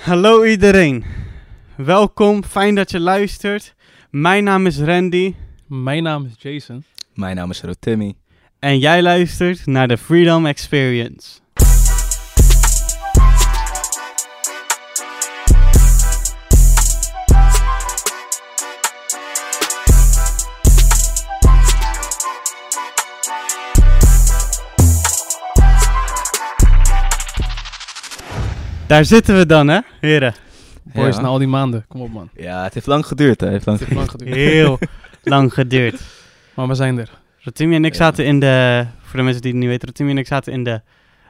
Hallo iedereen. Welkom, fijn dat je luistert. Mijn naam is Randy. Mijn naam is Jason. Mijn naam is Rotimi. En jij luistert naar de Freedom Experience. Daar zitten we dan, hè, heren. Boys, Ja. na al die maanden. Kom op, man. Ja, het heeft lang geduurd, hè. Het heeft lang geduurd. Heel lang geduurd. Maar we zijn er. Rotimi en ik Ja. zaten in de... Voor de mensen die het niet weten, Rotimi en ik zaten in de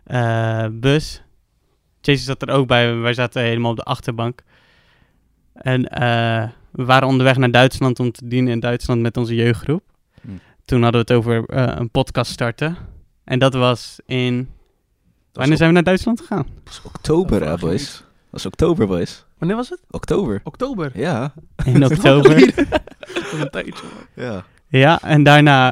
bus. Jason zat er ook bij. Wij zaten helemaal op de achterbank. En we waren onderweg naar Duitsland om te dienen in Duitsland met onze jeugdgroep. Hm. Toen hadden we het over een podcast starten. En dat was in... Wanneer zijn we naar Duitsland gegaan? Dat is oktober, hè, boys. Dat is oktober, boys. Wanneer was het? Oktober. Oktober. Ja. In oktober. Dat is een tijdje, man. Ja. Ja, en daarna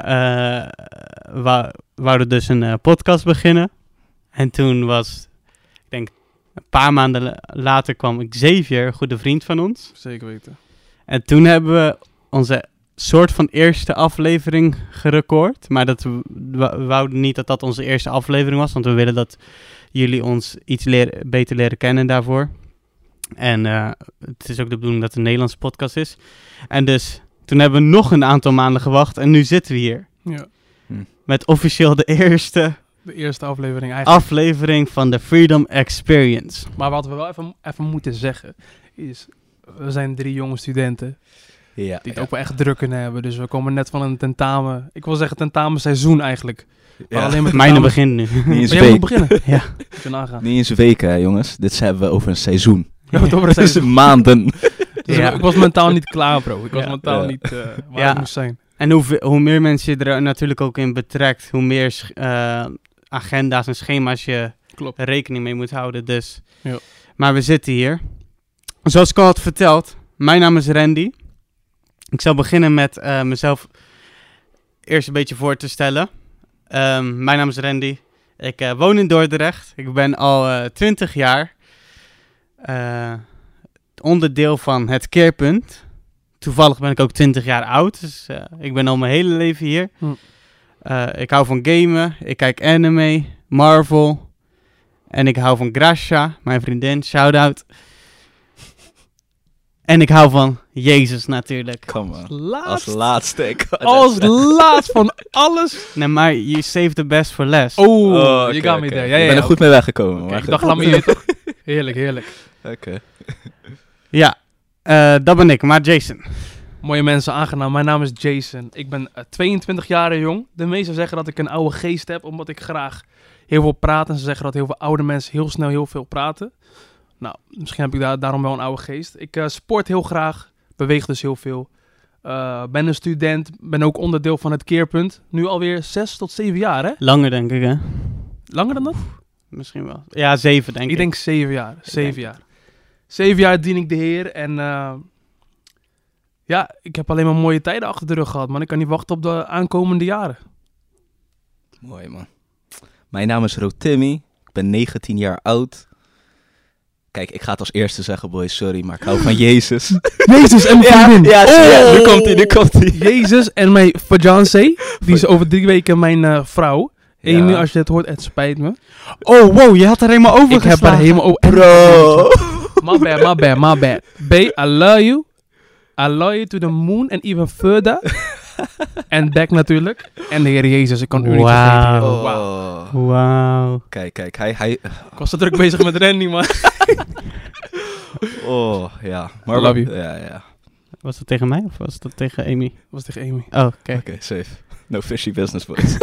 wouden we dus een podcast beginnen. En toen was, ik denk, een paar maanden later kwam Xavier, een goede vriend van ons. Zeker weten. En toen hebben we onze soort van eerste aflevering gerecord. Maar we wouden niet dat dat onze eerste aflevering was, want we willen dat jullie ons iets beter leren kennen daarvoor. En het is ook de bedoeling dat het een Nederlandse podcast is. En dus toen hebben we nog een aantal maanden gewacht en nu zitten we hier. Ja. Met officieel de De eerste aflevering eigenlijk. aflevering van de Freedom Experience. Maar wat we wel even moeten zeggen is... We zijn 3 jonge studenten Ja. die het ook wel echt druk kunnen hebben. Dus we komen net van een tentamen. Ik wil zeggen tentamenseizoen eigenlijk. Maar alleen met Mijne tentamens. begint nu. Niet Maar eens jij moet week. beginnen. Ja. Moet je nagaan. Niet eens weken, hè, jongens. Dit hebben we over een seizoen. We hebben het over een Dit is seizoen. maanden. Dus Ja. Ik was mentaal niet klaar, bro. Ik was Ja. mentaal Ja. niet waar Ja. ik moest zijn. En hoe meer mensen je er natuurlijk ook in betrekt, hoe meer agenda's en schema's je Klopt. rekening mee moet houden. Dus. Ja. Maar we zitten hier. Zoals ik al had verteld, mijn naam is Randy. Ik zal beginnen met mezelf eerst een beetje voor te stellen. Mijn naam is Randy. Ik woon in Dordrecht. Ik ben al 20 jaar onderdeel van het Keerpunt. Toevallig ben ik ook 20 jaar oud, dus ik ben al mijn hele leven hier. Ik hou van gamen, ik kijk anime, Marvel en ik hou van Gracia, mijn vriendin, shout-out. En ik hou van Jezus natuurlijk. Kom maar. Als Laatst. laatste. Ik wou Als net zeggen. laatst van alles. Nee, maar you save the best for last. Oh, Oh, je oké, gaat me oké. daar. Ik Ja, ja, ben er ja. goed mee weggekomen. Oké, maar ik goed. dacht, laat me je toch. Heerlijk, heerlijk. Oké. Ja, dat ben ik, maar Jason. Mooie mensen, aangenaam. Mijn naam is Jason. Ik ben 22 jaar jong. De meesten zeggen dat ik een oude geest heb, omdat ik graag heel veel praat. En ze zeggen dat heel veel oude mensen heel snel heel veel praten. Nou, misschien heb ik daarom wel een oude geest. Ik sport heel graag, beweeg dus heel veel. Ben een student, ben ook onderdeel van het Keerpunt. Nu alweer 6 tot 7 jaar, hè? Langer denk ik, hè? Langer dan dat? Misschien wel. Ja, 7 denk ik. Ik denk 7 jaar. 7 denk jaar. 7 jaar dien ik de Heer en ja, ik heb alleen maar mooie tijden achter de rug gehad, man. Ik kan niet wachten op de aankomende jaren. Mooi, man. Mijn naam is Rotimi. Ik ben 19 jaar oud. Kijk, ik ga het als eerste zeggen, boys. Sorry, maar ik hou van Jezus. Jezus en mijn vriendin. ja, nu komt hij, nu komt hij. Jezus en mijn fiancé, die is over 3 weken mijn vrouw. Amy, als je het hoort, het spijt me. Oh, wow, je had er helemaal over Ik heb haar helemaal... Oh, Bro. My bad. Babe, I love you. I love you to the moon and even further. En back natuurlijk. En de Heer Jezus, ik kan u niet Wauw. vergeten. Oh. Wauw. Wauw. Kijk, hij... Ik was zo druk bezig met Randy, man. Oh, ja. I love you. Ja. Was dat tegen mij of was dat tegen Amy? Dat was tegen Amy. Oh, oké. Oké, safe. No fishy business, boys.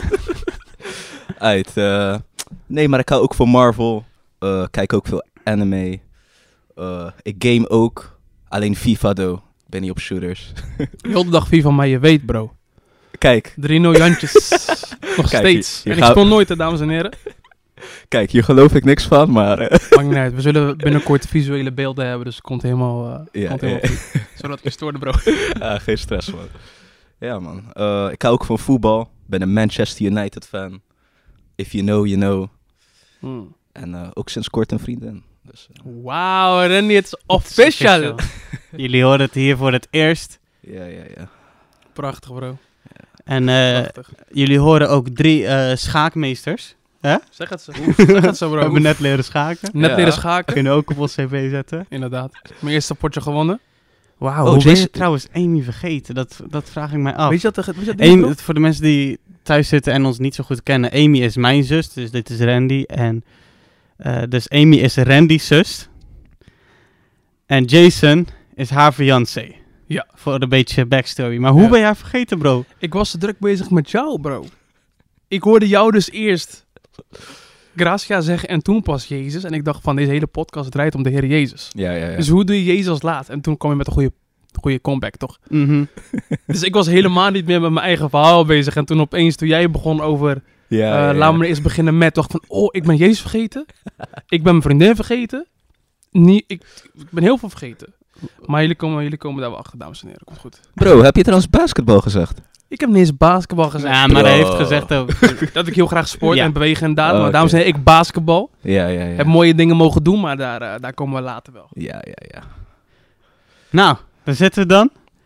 Nee, maar ik hou ook van Marvel. Kijk ook veel anime. Ik game ook. Alleen FIFA, though. Ik ben niet op shooters. Heel de dag FIFA, maar je weet, bro. Kijk, 3-0 Jantjes. Nog Kijk, steeds. je En ik gaat- speel nooit, hè, dames en heren. Kijk, hier geloof ik niks van, maar... Maakt niet uit. We zullen binnenkort visuele beelden hebben, dus het komt helemaal, Ja, komt helemaal ja. goed. Zodat ik je stoorde, bro. Geen stress, man. Ja, man. Ik hou ook van voetbal. Ben een Manchester United fan. If you know, you know. En ook sinds kort een vriendin. Dus, Wauw, Randy, het is official. Jullie horen het hier voor het eerst. ja. Prachtig, bro. En Prachtig. jullie horen ook 3 schaakmeesters. Zeg het zo. Zeg het zo, We bro. hebben net leren schaken. Net Ja. leren schaken. Kunnen ook op ons cv zetten. Inderdaad. Mijn eerste potje gewonnen. Wauw, Oh, hoe ben je Jason- trouwens Amy vergeten? Dat vraag ik mij af. Weet je dat ding, bro? Voor de mensen die thuis zitten en ons niet zo goed kennen. Amy is mijn zus, dus dit is Randy. En dus Amy is Randy's zus. En Jason is haar fiancé. Ja. Voor een beetje backstory. Maar hoe Ja. ben jij vergeten, bro? Ik was te druk bezig met jou, bro. Ik hoorde jou dus eerst Gracia zeggen en toen pas Jezus. En ik dacht van, deze hele podcast draait om de Heer Jezus. Ja. Dus hoe doe je Jezus als laat? En toen kwam je met een goede comeback, toch? Mhm. Dus ik was helemaal niet meer met mijn eigen verhaal bezig. En toen opeens, toen jij begon over... Laat me eerst beginnen met... dacht van, oh, ik ben Jezus vergeten. Ik ben mijn vriendin vergeten. Ik ben heel veel vergeten. Maar jullie komen daar wel achter, dames en heren. Komt goed. Bro, heb je trouwens basketbal gezegd? Ik heb niet eens basketbal gezegd. Ja, maar Bro. hij heeft gezegd... Dat ik heel graag sport Ja. en bewegen en daad. Oh, Maar dames en heren, ik basketbal. Ja. Heb mooie dingen mogen doen, maar daar komen we later wel. Ja. Nou, daar zitten we dan.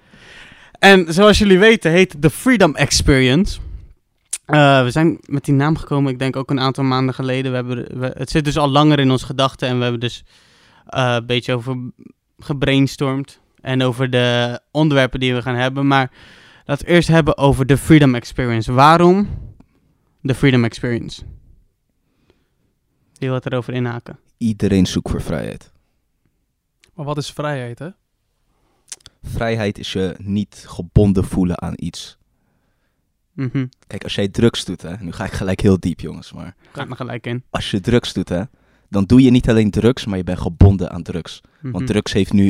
En zoals jullie weten heet het de Freedom Experience. We zijn met die naam gekomen, ik denk ook een aantal maanden geleden. Het zit dus al langer in onze gedachten en we hebben dus een beetje over gebrainstormd. En over de onderwerpen die we gaan hebben. Maar laten we eerst hebben over de Freedom Experience. Waarom de Freedom Experience? Wie wil het erover inhaken? Iedereen zoekt voor vrijheid. Maar wat is vrijheid, hè? Vrijheid is je niet gebonden voelen aan iets. Mhm. Kijk, als jij drugs doet, hè, nu ga ik gelijk heel diep, jongens, maar Ga ik er gelijk in. als je drugs doet, hè, dan doe je niet alleen drugs, maar je bent gebonden aan drugs. Mhm. Want drugs heeft nu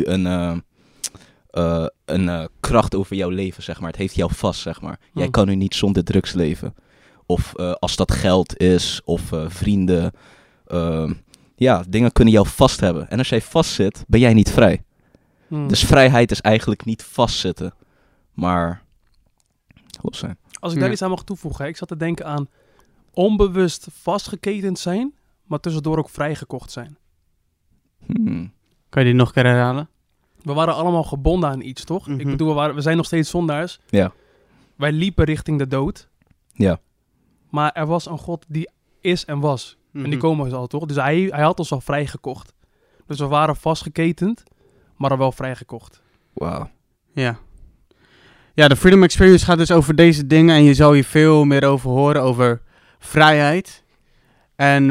een kracht over jouw leven, zeg maar. Het heeft jou vast, zeg maar. Jij kan nu niet zonder drugs leven. Of als dat geld is, of vrienden. Ja, dingen kunnen jou vast hebben. En als jij vastzit, ben jij niet vrij. Dus vrijheid is eigenlijk niet vastzitten, maar los zijn. Als ik daar Ja. iets aan mag toevoegen, hè, ik zat te denken aan onbewust vastgeketend zijn, maar tussendoor ook vrijgekocht zijn. Kan je die nog een keer herhalen? We waren allemaal gebonden aan iets, toch? Mhm. Ik bedoel, we zijn nog steeds zondaars. Ja. Wij liepen richting de dood. Ja. Maar er was een God die is en was. En die Mhm. komen dus al, toch? Dus hij had ons al vrijgekocht. Dus we waren vastgeketend, maar er wel vrijgekocht. Wauw. Ja. Ja, de Freedom Experience gaat dus over deze dingen en je zal hier veel meer over horen, over vrijheid. En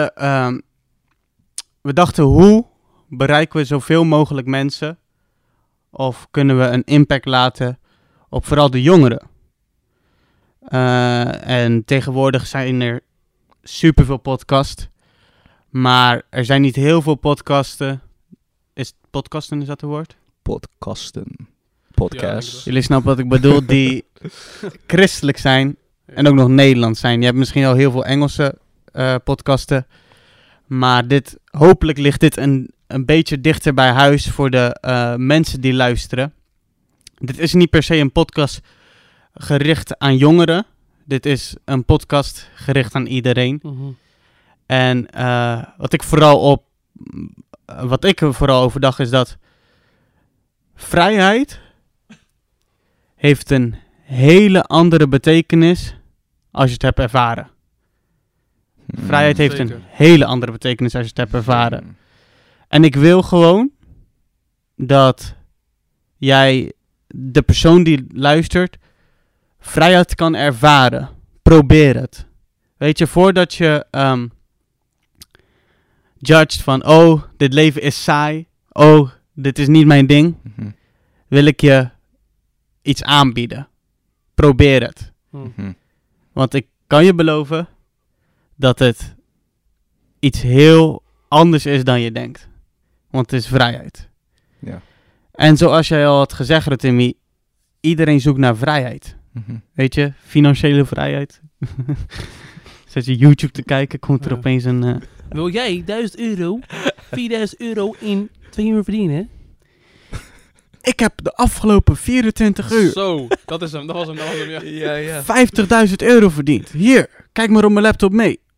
we dachten, hoe bereiken we zoveel mogelijk mensen? Of kunnen we een impact laten op vooral de jongeren? En tegenwoordig zijn er superveel podcasts, maar er zijn niet heel veel podcasten. Is dat het woord? Podcast. Jullie snappen wat ik bedoel, die christelijk zijn en ook nog Nederlands zijn. Je hebt misschien al heel veel Engelse podcasten, maar hopelijk ligt dit een beetje dichter bij huis voor de mensen die luisteren. Dit is niet per se een podcast gericht aan jongeren. Dit is een podcast gericht aan iedereen. En wat ik vooral overdag is dat vrijheid heeft een hele andere betekenis als je het hebt ervaren. Vrijheid heeft Zeker. een hele andere betekenis als je het hebt ervaren. En ik wil gewoon dat jij, de persoon die luistert, vrijheid kan ervaren. Probeer het. Weet je, voordat je judged van, oh, dit leven is saai. Oh, dit is niet mijn ding. Wil ik je iets aanbieden. Probeer het. Want ik kan je beloven dat het iets heel anders is dan je denkt. Want het is vrijheid. Ja. En zoals jij al had gezegd, Rotimi, iedereen zoekt naar vrijheid. Weet je, financiële vrijheid. Zet je YouTube te kijken, komt er Ja. opeens een... Wil jij 1000 euro, 4000 euro in 2 uur verdienen? Ik heb de afgelopen 24 uur Zo, dat was hem, ja. Ja. 50.000 euro verdiend. Hier, kijk maar op mijn laptop mee.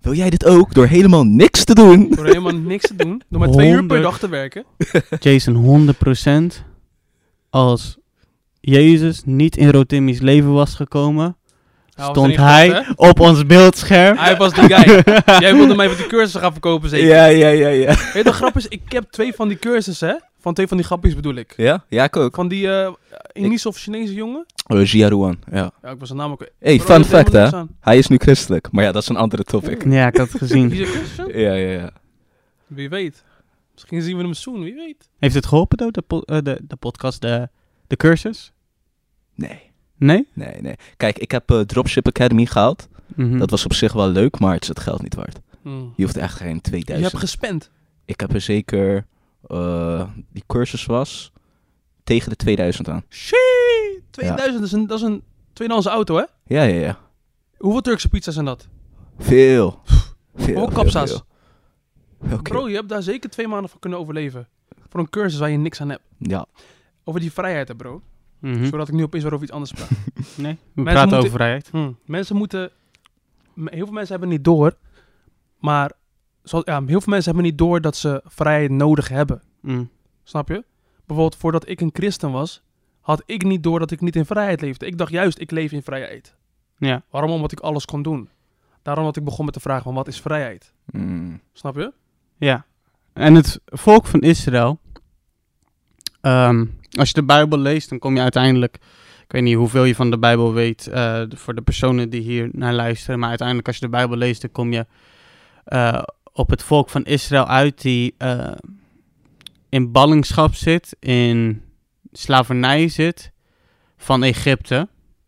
Wil jij dit ook? Door helemaal niks te doen. Door helemaal niks te doen. Door maar 2 uur per 100. dag te werken. Jason, 100% als Jezus niet in Rotimi's leven was gekomen, Hij was stond erin hij gepast, hè? op ons beeldscherm. Hij was die guy. Jij wilde mij even die cursussen gaan verkopen, zeker? Ja. Weet je, de grap is, ik heb 2 van die cursussen, hè? Van 2 van die grappies bedoel ik. Ja? Ja, ik ook. Van die Indische of Chinese jongen. Jiaruan, ja. Ja, ik was zijn naam ook... Hey, Bro, fun dat fact, helemaal hè? niks aan. Hij is nu christelijk. Maar ja, dat is een andere topic. Ja, ik had het gezien. Die is een Christian? Ja. Wie weet. Misschien zien we hem soon, wie weet. Heeft het geholpen, though, de podcast, de cursus? Nee. Nee? Nee. Kijk, ik heb Dropship Academy gehaald. Mhm. Dat was op zich wel leuk, maar het is het geld niet waard. Hmm. Je hoeft echt geen Je 2000. hebt gespend. Ik heb er zeker... die cursus was tegen de 2000 aan. Shit! 2000, dat is een tweedehands auto, hè? Ja. Hoeveel Turkse pizza's zijn dat? Veel. Hoeveel kapsa's? Oké. Bro, je hebt daar zeker 2 maanden voor kunnen overleven. Voor een cursus waar je niks aan hebt. Ja. Over die vrijheid, hè, bro. Mhm. Zodat ik nu opeens weer over iets anders praat. Nee, we Mensen praten moeten- over vrijheid. Mensen moeten... Heel veel mensen hebben niet door. Maar heel veel mensen hebben niet door dat ze vrijheid nodig hebben. Mm. Snap je? Bijvoorbeeld, voordat ik een christen was, had ik niet door dat ik niet in vrijheid leefde. Ik dacht juist, ik leef in vrijheid. Ja. Waarom? Omdat ik alles kon doen. Daarom dat ik begon met de vraag van, wat is vrijheid? Snap je? Ja. En het volk van Israël, als je de Bijbel leest, dan kom je uiteindelijk, ik weet niet hoeveel je van de Bijbel weet, voor de personen die hier naar luisteren, maar uiteindelijk als je de Bijbel leest, dan kom je op het volk van Israël uit die in ballingschap zit, in slavernij zit van Egypte,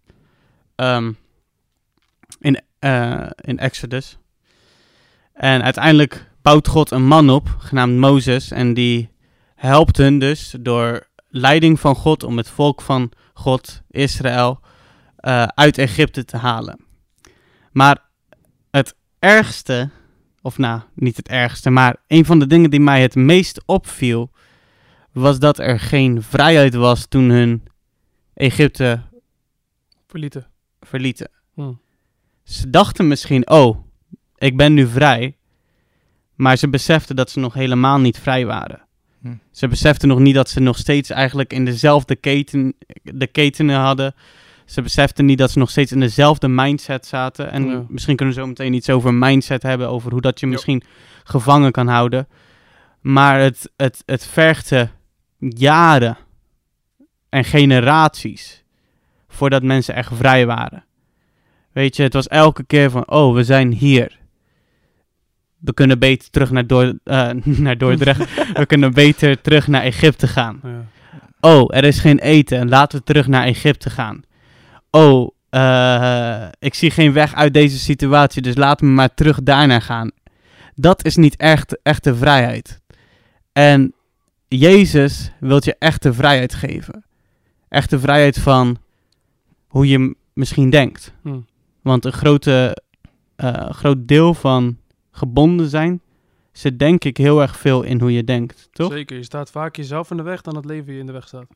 in Exodus. En uiteindelijk bouwt God een man op, genaamd Mozes, en die helpt hun dus door leiding van God om het volk van God, Israël, uit Egypte te halen. Maar het ergste, of nou, niet het ergste, maar een van de dingen die mij het meest opviel, was dat er geen vrijheid was toen hun Egypte verlieten. Ze dachten misschien, oh, ik ben nu vrij. Maar ze beseften dat ze nog helemaal niet vrij waren. Ze beseften nog niet dat ze nog steeds eigenlijk in dezelfde ketenen hadden. Ze beseften niet dat ze nog steeds in dezelfde mindset zaten. En misschien kunnen we zo meteen iets over mindset hebben. Over hoe dat je misschien gevangen kan houden. Maar het vergde jaren en generaties voordat mensen echt vrij waren. Weet je, het was elke keer van, oh, we zijn hier. We kunnen beter terug naar Dordrecht. We kunnen beter terug naar Egypte gaan. Ja. Oh, er is geen eten en laten we terug naar Egypte gaan. Oh, ik zie geen weg uit deze situatie, dus laten we maar terug daarnaar gaan. Dat is niet echte vrijheid. En Jezus wil je echte vrijheid geven. Echte vrijheid van hoe je misschien denkt. Want een groot deel van gebonden zijn, zit denk ik heel erg veel in hoe je denkt, toch? Zeker, je staat vaak jezelf in de weg dan het leven je in de weg staat.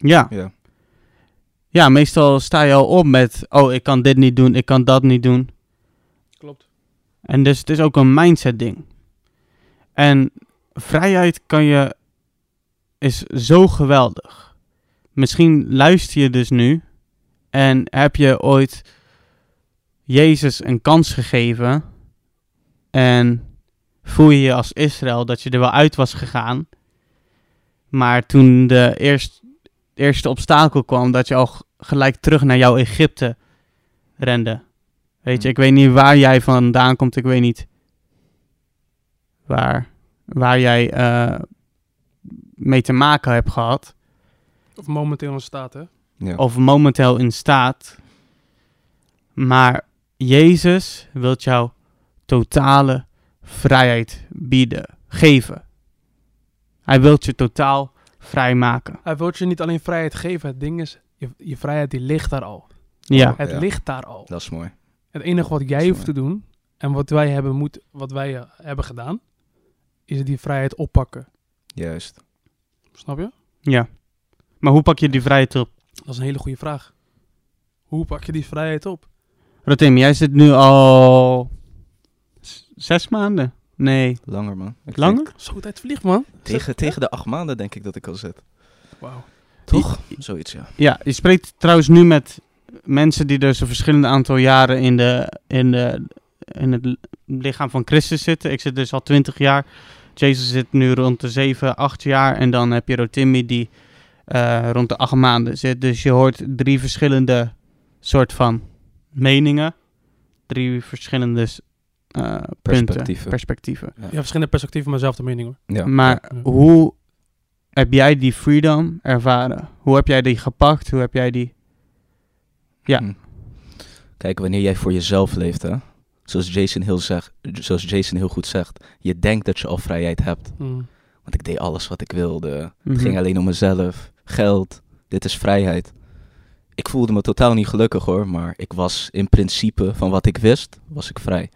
Ja, meestal sta je al op met, oh, ik kan dit niet doen, ik kan dat niet doen. Klopt. En dus het is ook een mindset ding. En vrijheid is zo geweldig. Misschien luister je dus nu en heb je ooit Jezus een kans gegeven en voel je je als Israël dat je er wel uit was gegaan, maar toen de eerste obstakel kwam, dat je al gelijk terug naar jouw Egypte rende. Weet je, ik weet niet waar jij vandaan komt, ik weet niet waar jij mee te maken hebt gehad. Of momenteel in staat, hè? Ja. Of momenteel in staat. Maar Jezus wil jou totale vrijheid geven. Hij wil je totaal vrij maken. Hij wil je niet alleen vrijheid geven. Het ding is, je vrijheid die ligt daar al. Ja. Het ligt daar al. Dat is mooi. Het enige wat jij hoeft te doen en wat wij hebben gedaan, is die vrijheid oppakken. Juist. Snap je? Ja. Maar hoe pak je die vrijheid op? Dat is een hele goede vraag. Hoe pak je die vrijheid op? Rotem, jij zit nu al 6 maanden. Nee, Langer, man. Ik langer? denk Zo, tijd vliegt, man. Tegen de 8 maanden denk ik dat ik al zit. Wauw. Toch? Zoiets, ja. Ja, je spreekt trouwens nu met mensen die dus een verschillend aantal jaren in het lichaam van Christus zitten. Ik zit dus al 20 jaar. Jezus zit nu rond de 7, 8 jaar. En dan heb je Rotimi die rond de 8 maanden zit. Dus je hoort 3 verschillende soort van meningen. 3 verschillende perspectieven. Ja, verschillende perspectieven, maar zelfde mening, hoor. Ja. Maar Ja. hoe heb jij die freedom ervaren? Hoe heb jij die gepakt? Hoe heb jij die... Ja. Kijk, wanneer jij voor jezelf leeft, hè, zoals Jason heel goed zegt, je denkt dat je al vrijheid hebt. Mm. Want ik deed alles wat ik wilde. Mhm. Het ging alleen om mezelf. Geld. Dit is vrijheid. Ik voelde me totaal niet gelukkig, hoor. Maar ik was in principe, van wat ik wist, was ik vrij.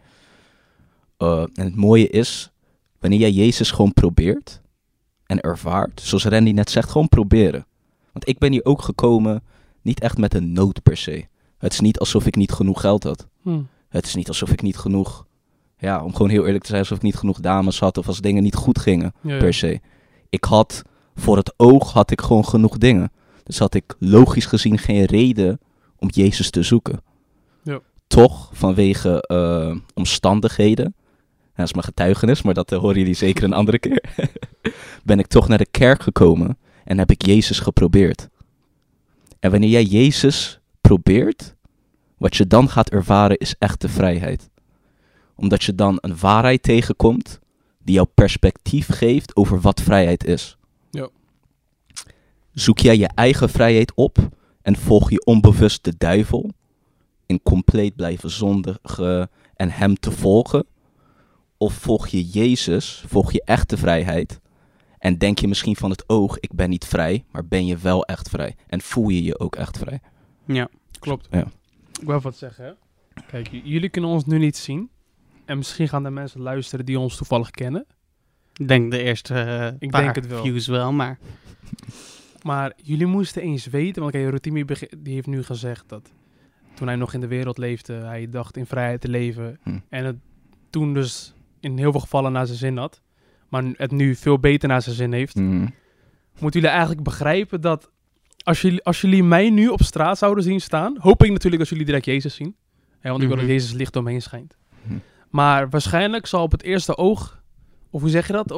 En het mooie is, wanneer jij Jezus gewoon probeert en ervaart, zoals Randy net zegt, gewoon proberen. Want ik ben hier ook gekomen, niet echt met een nood per se. Het is niet alsof ik niet genoeg geld had. Mm. Het is niet alsof ik niet genoeg, ja, om gewoon heel eerlijk te zijn, alsof ik niet genoeg dames had of als dingen niet goed gingen, Ja, ja. per se. Voor het oog had ik gewoon genoeg dingen. Dus had ik logisch gezien geen reden om Jezus te zoeken. Ja. Toch, vanwege omstandigheden, dat is mijn getuigenis, maar dat horen jullie zeker een andere keer, ben ik toch naar de kerk gekomen en heb ik Jezus geprobeerd. En wanneer jij Jezus probeert, wat je dan gaat ervaren is echte vrijheid. Omdat je dan een waarheid tegenkomt die jouw perspectief geeft over wat vrijheid is. Ja. Zoek jij je eigen vrijheid op en volg je onbewust de duivel in compleet blijven zondigen en hem te volgen? Of volg je Jezus, volg je echte vrijheid en denk je misschien van het oog, ik ben niet vrij, maar ben je wel echt vrij? En voel je je ook echt vrij? Ja, klopt. Ja. Ik wil even wat zeggen, hè. Kijk, jullie kunnen ons nu niet zien. En misschien gaan er mensen luisteren die ons toevallig kennen. Ik denk de eerste Ik paar denk het wel. views wel, maar... Maar jullie moesten eens weten, want kijk, Rotimi die heeft nu gezegd dat toen hij nog in de wereld leefde, hij dacht in vrijheid te leven. En het toen dus in heel veel gevallen naar zijn zin had. Maar het nu veel beter naar zijn zin heeft. Mhm. Moeten jullie eigenlijk begrijpen dat als jullie mij nu op straat zouden zien staan, hoop ik natuurlijk dat jullie direct Jezus zien. Ja, want ik wil dat Mhm. Jezus licht omheen schijnt. Mhm. Maar waarschijnlijk zal op het eerste oog, of hoe zeg je dat?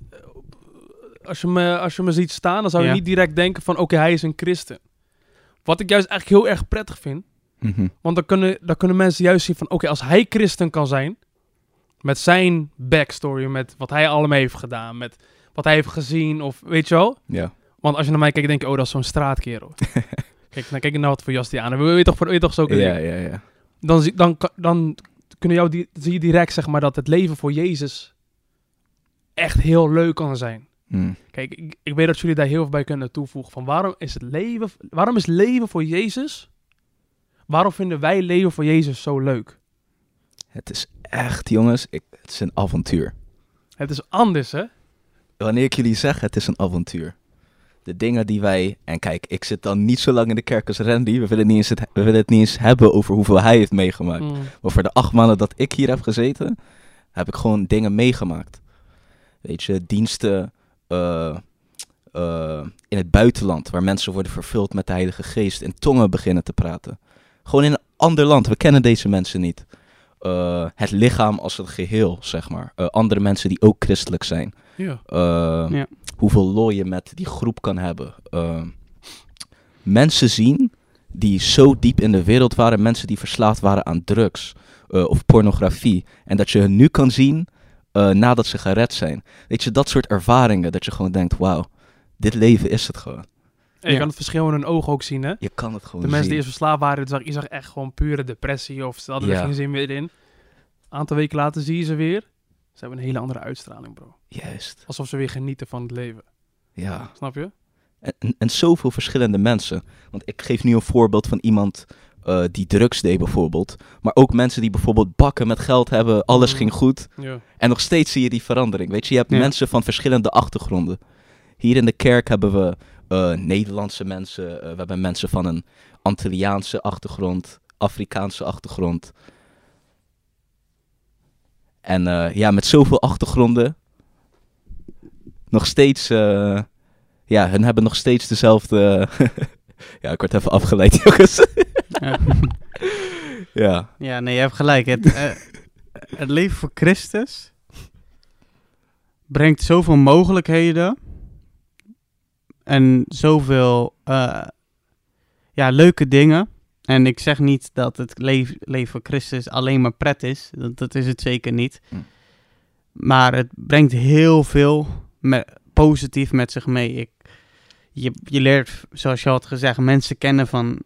Als je me ziet staan, dan zou je Ja. niet direct denken van oké, hij is een christen. Wat ik juist eigenlijk heel erg prettig vind. Mhm. Want dan kunnen mensen juist zien van oké, als hij christen kan zijn, met zijn backstory, met wat hij allemaal heeft gedaan, met wat hij heeft gezien, of weet je wel. Ja. Want als je naar mij kijkt, denk je, oh, dat is zo'n straatkerel. Kijk nou wat voor jas die aan heeft. Weet je toch zo kunnen Ja. dan zie je direct, zeg maar, dat het leven voor Jezus echt heel leuk kan zijn. Mhm. Kijk, ik weet dat jullie daar heel veel bij kunnen toevoegen. Van waarom is leven voor Jezus? Waarom vinden wij leven voor Jezus zo leuk? Het is echt, jongens, het is een avontuur. Het is anders, hè? Wanneer ik jullie zeg, het is een avontuur. De dingen die wij... En kijk, ik zit dan niet zo lang in de kerk als Randy. We willen het niet eens hebben over hoeveel hij heeft meegemaakt. Mm. Maar voor de 8 maanden dat ik hier heb gezeten, heb ik gewoon dingen meegemaakt. Weet je, diensten in het buitenland, waar mensen worden vervuld met de Heilige Geest, in tongen beginnen te praten. Gewoon in een ander land, we kennen deze mensen niet. Het lichaam als een geheel, zeg maar. Andere mensen die ook christelijk zijn. Ja. Ja. Hoeveel lol je met die groep kan hebben. Mensen zien die zo diep in de wereld waren, mensen die verslaafd waren aan drugs of pornografie. En dat je hen nu kan zien nadat ze gered zijn. Weet je, dat soort ervaringen, dat je gewoon denkt, wauw, dit leven is het gewoon. En je Ja. kan het verschil in hun ogen ook zien, hè? Je kan het gewoon De mensen die zien. eerst verslaafd waren, je zag echt gewoon pure depressie of ze hadden er Ja. geen zin meer in. Een aantal weken later zie je ze weer. Ze hebben een hele andere uitstraling, bro. Juist, Alsof ze weer genieten van het leven. ja. Snap je? En zoveel verschillende mensen. Want ik geef nu een voorbeeld van iemand die drugs deed bijvoorbeeld. Maar ook mensen die bijvoorbeeld bakken met geld hebben. Alles ging goed. Ja. En nog steeds zie je die verandering. Weet je, je hebt Ja. mensen van verschillende achtergronden. Hier in de kerk hebben we Nederlandse mensen. We hebben mensen van een Antilliaanse achtergrond. Afrikaanse achtergrond. En met zoveel achtergronden. Nog steeds... hun hebben nog steeds dezelfde... ja, ik word even afgeleid, jongens. Ja. Ja. Ja, nee, je hebt gelijk. Het leven voor Christus brengt zoveel mogelijkheden en zoveel leuke dingen. En ik zeg niet dat het leven voor Christus alleen maar pret is. Dat is het zeker niet. Maar het brengt heel veel positief met zich mee. Je leert, zoals je had gezegd, mensen kennen van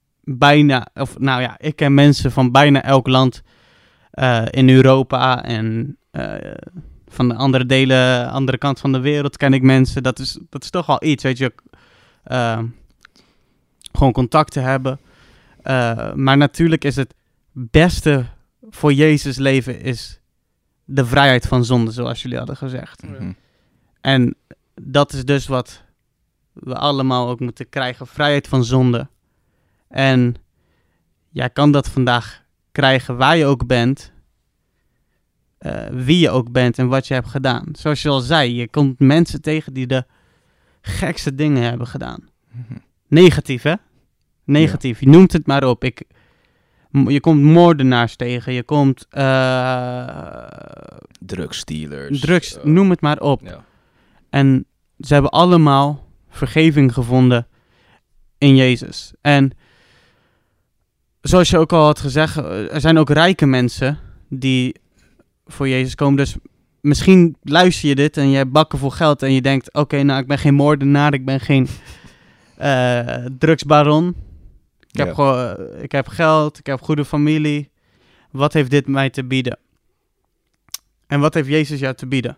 ik ken mensen van bijna elk land in Europa en van de andere kant van de wereld ken ik mensen. Dat is toch al iets, weet je. Gewoon contacten hebben. Maar natuurlijk is het beste voor Jezus leven is de vrijheid van zonde, zoals jullie hadden gezegd. Mm-hmm. En dat is dus wat we allemaal ook moeten krijgen, vrijheid van zonde. En jij kan dat vandaag krijgen waar je ook bent, wie je ook bent en wat je hebt gedaan. Zoals je al zei, je komt mensen tegen die de gekste dingen hebben gedaan. Mm-hmm. Negatief, hè? Negatief. Ja. Je noemt het maar op. Je komt moordenaars tegen, je komt... drugsdealers. Noem het maar op. Ja. En ze hebben allemaal vergeving gevonden in Jezus. En zoals je ook al had gezegd, er zijn ook rijke mensen die voor Jezus komen. Dus misschien luister je dit en je hebt bakken voor geld en je denkt, oké, nou, ik ben geen moordenaar, ik ben geen drugsbaron. Ik heb geld, ik heb goede familie. Wat heeft dit mij te bieden? En wat heeft Jezus jou te bieden?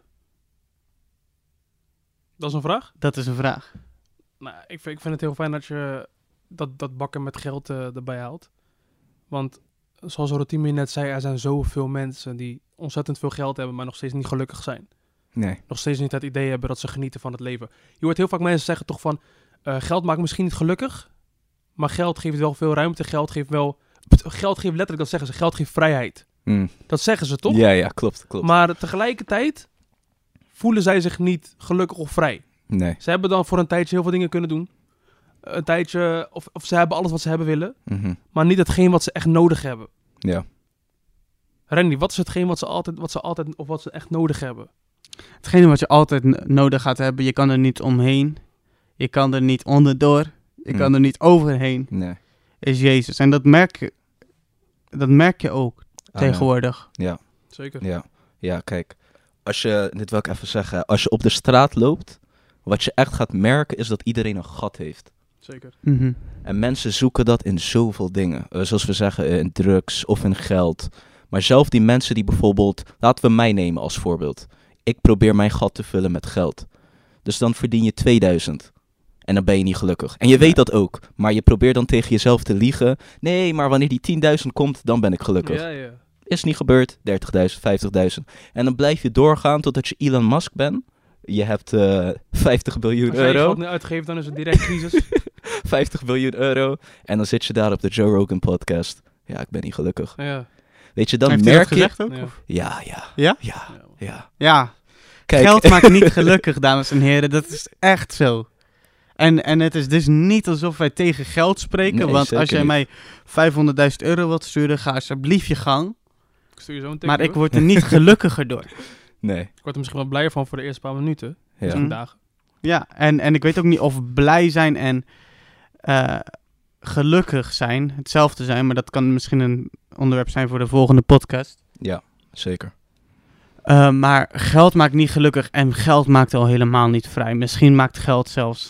Dat is een vraag? Dat is een vraag. Nou, ik vind het heel fijn dat je dat bakken met geld erbij haalt. Want zoals Rotimi net zei, er zijn zoveel mensen die ontzettend veel geld hebben, maar nog steeds niet gelukkig zijn. Nee. Nog steeds niet het idee hebben dat ze genieten van het leven. Je hoort heel vaak mensen zeggen toch van, geld maakt misschien niet gelukkig, maar geld geeft wel veel ruimte. Geld geeft letterlijk, dat zeggen ze, geld geeft vrijheid. Dat zeggen ze toch? Ja, klopt. Maar tegelijkertijd voelen zij zich niet gelukkig of vrij. Nee. Ze hebben dan voor een tijdje heel veel dingen kunnen doen. Een tijdje, of ze hebben alles wat ze hebben willen. Mm-hmm. Maar niet hetgeen wat ze echt nodig hebben. Ja. Randy, wat is hetgeen wat ze echt nodig hebben? Hetgene wat je altijd nodig gaat hebben, je kan er niet omheen. Je kan er niet onderdoor. Je kan er niet overheen. Nee. Is Jezus. En dat merk je ook tegenwoordig. Ja. Zeker. Ja, kijk. Dit wil ik even zeggen. Als je op de straat loopt, wat je echt gaat merken is dat iedereen een gat heeft. Zeker. Mm-hmm. En mensen zoeken dat in zoveel dingen. Zoals we zeggen, in drugs of in geld. Maar zelf die mensen die bijvoorbeeld... Laten we mij nemen als voorbeeld. Ik probeer mijn gat te vullen met geld. Dus dan verdien je 2000. En dan ben je niet gelukkig. En je weet dat ook. Maar je probeert dan tegen jezelf te liegen. Nee, maar wanneer die 10.000 komt, dan ben ik gelukkig. Ja. Is niet gebeurd. 30.000, 50.000. En dan blijf je doorgaan totdat je Elon Musk bent. Je hebt 50 biljoen Als je je euro. geld niet uitgeeft, dan is het direct crisis. 50 biljoen euro. En dan zit je daar op de Joe Rogan podcast. Ja, ik ben niet gelukkig. Ja. Weet je, dan Heeft hij merk dat je... gezegd ook? Ja? Ja? Ja. Ja. Kijk. Geld maakt niet gelukkig, dames en heren. Dat is echt zo. En het is dus niet alsof wij tegen geld spreken. Nee, want zeker als jij niet. mij 500.000 euro wilt sturen, ga alsjeblieft je gang. Ik stuur je zo een tikje, Maar ik hoor. word er niet gelukkiger door. Nee. Ik word er misschien wel blijer van voor de eerste paar minuten. Ja. Misschien dagen. Ja, en ik weet ook niet of blij zijn en gelukkig zijn hetzelfde zijn. Maar dat kan misschien een onderwerp zijn voor de volgende podcast. Ja, zeker. Maar geld maakt niet gelukkig en geld maakt al helemaal niet vrij. Misschien maakt geld zelfs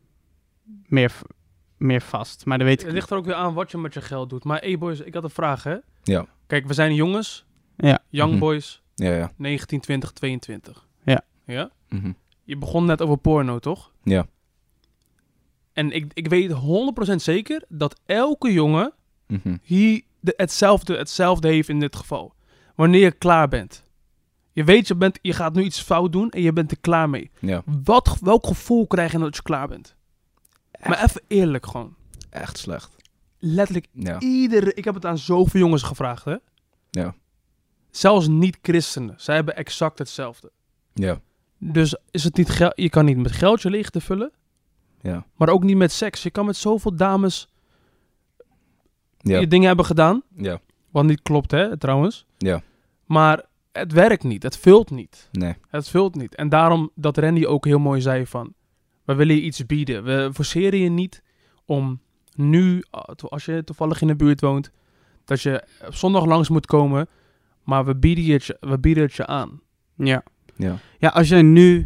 meer vast. Maar dat weet ik Het ligt er ook weer aan wat je met je geld doet. Maar hey boys, ik had een vraag, hè. Ja. Kijk, we zijn jongens. Ja. Young Mhm. boys. Ja. 19, 20, 22. Ja. Ja? Mhm. Je begon net over porno, toch? Ja. En ik weet 100% zeker dat elke jongen Mhm. hier hetzelfde heeft in dit geval. Wanneer je klaar bent. Je weet, je gaat nu iets fout doen en je bent er klaar mee. Ja. Welk gevoel krijg je dat je klaar bent? Maar even eerlijk gewoon. Echt slecht. Letterlijk Ja. ik heb het aan zoveel jongens gevraagd, hè. Ja. zelfs niet-christenen, zij hebben exact hetzelfde. Ja. Dus is het niet je kan niet met geld je leegte vullen, Ja. maar ook niet met seks. Je kan met zoveel dames Ja. je dingen hebben gedaan, Ja. wat niet klopt, hè, trouwens. Ja. Maar het werkt niet, het vult niet. Nee. Het vult niet. En daarom dat Randy ook heel mooi zei van, we willen je iets bieden. We forceren je niet om nu, als je toevallig in de buurt woont, dat je op zondag langs moet komen, maar we bieden het je aan. Ja. Ja. Ja, als jij nu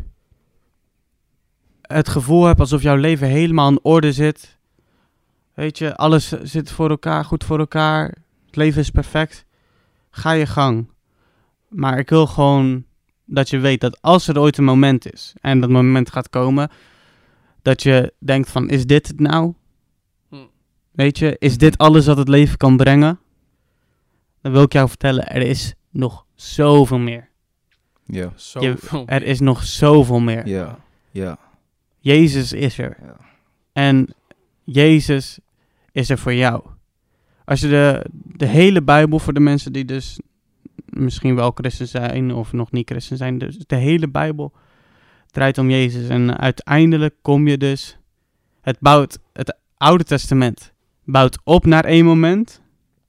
het gevoel hebt alsof jouw leven helemaal in orde zit. Weet je, alles zit voor elkaar, goed voor elkaar. Het leven is perfect. Ga je gang. Maar ik wil gewoon dat je weet dat als er ooit een moment is, en dat moment gaat komen, dat je denkt van, is dit het nou? Weet je, is dit alles wat het leven kan brengen? Dan wil ik jou vertellen, er is nog zoveel meer. Ja. Er is nog zoveel meer. Ja. Ja. Jezus is er. Ja. En Jezus is er voor jou. Als je de hele Bijbel, voor de mensen die dus misschien wel christen zijn of nog niet christen zijn, dus de hele Bijbel draait om Jezus. En uiteindelijk kom je dus, het Oude Testament bouwt op naar één moment.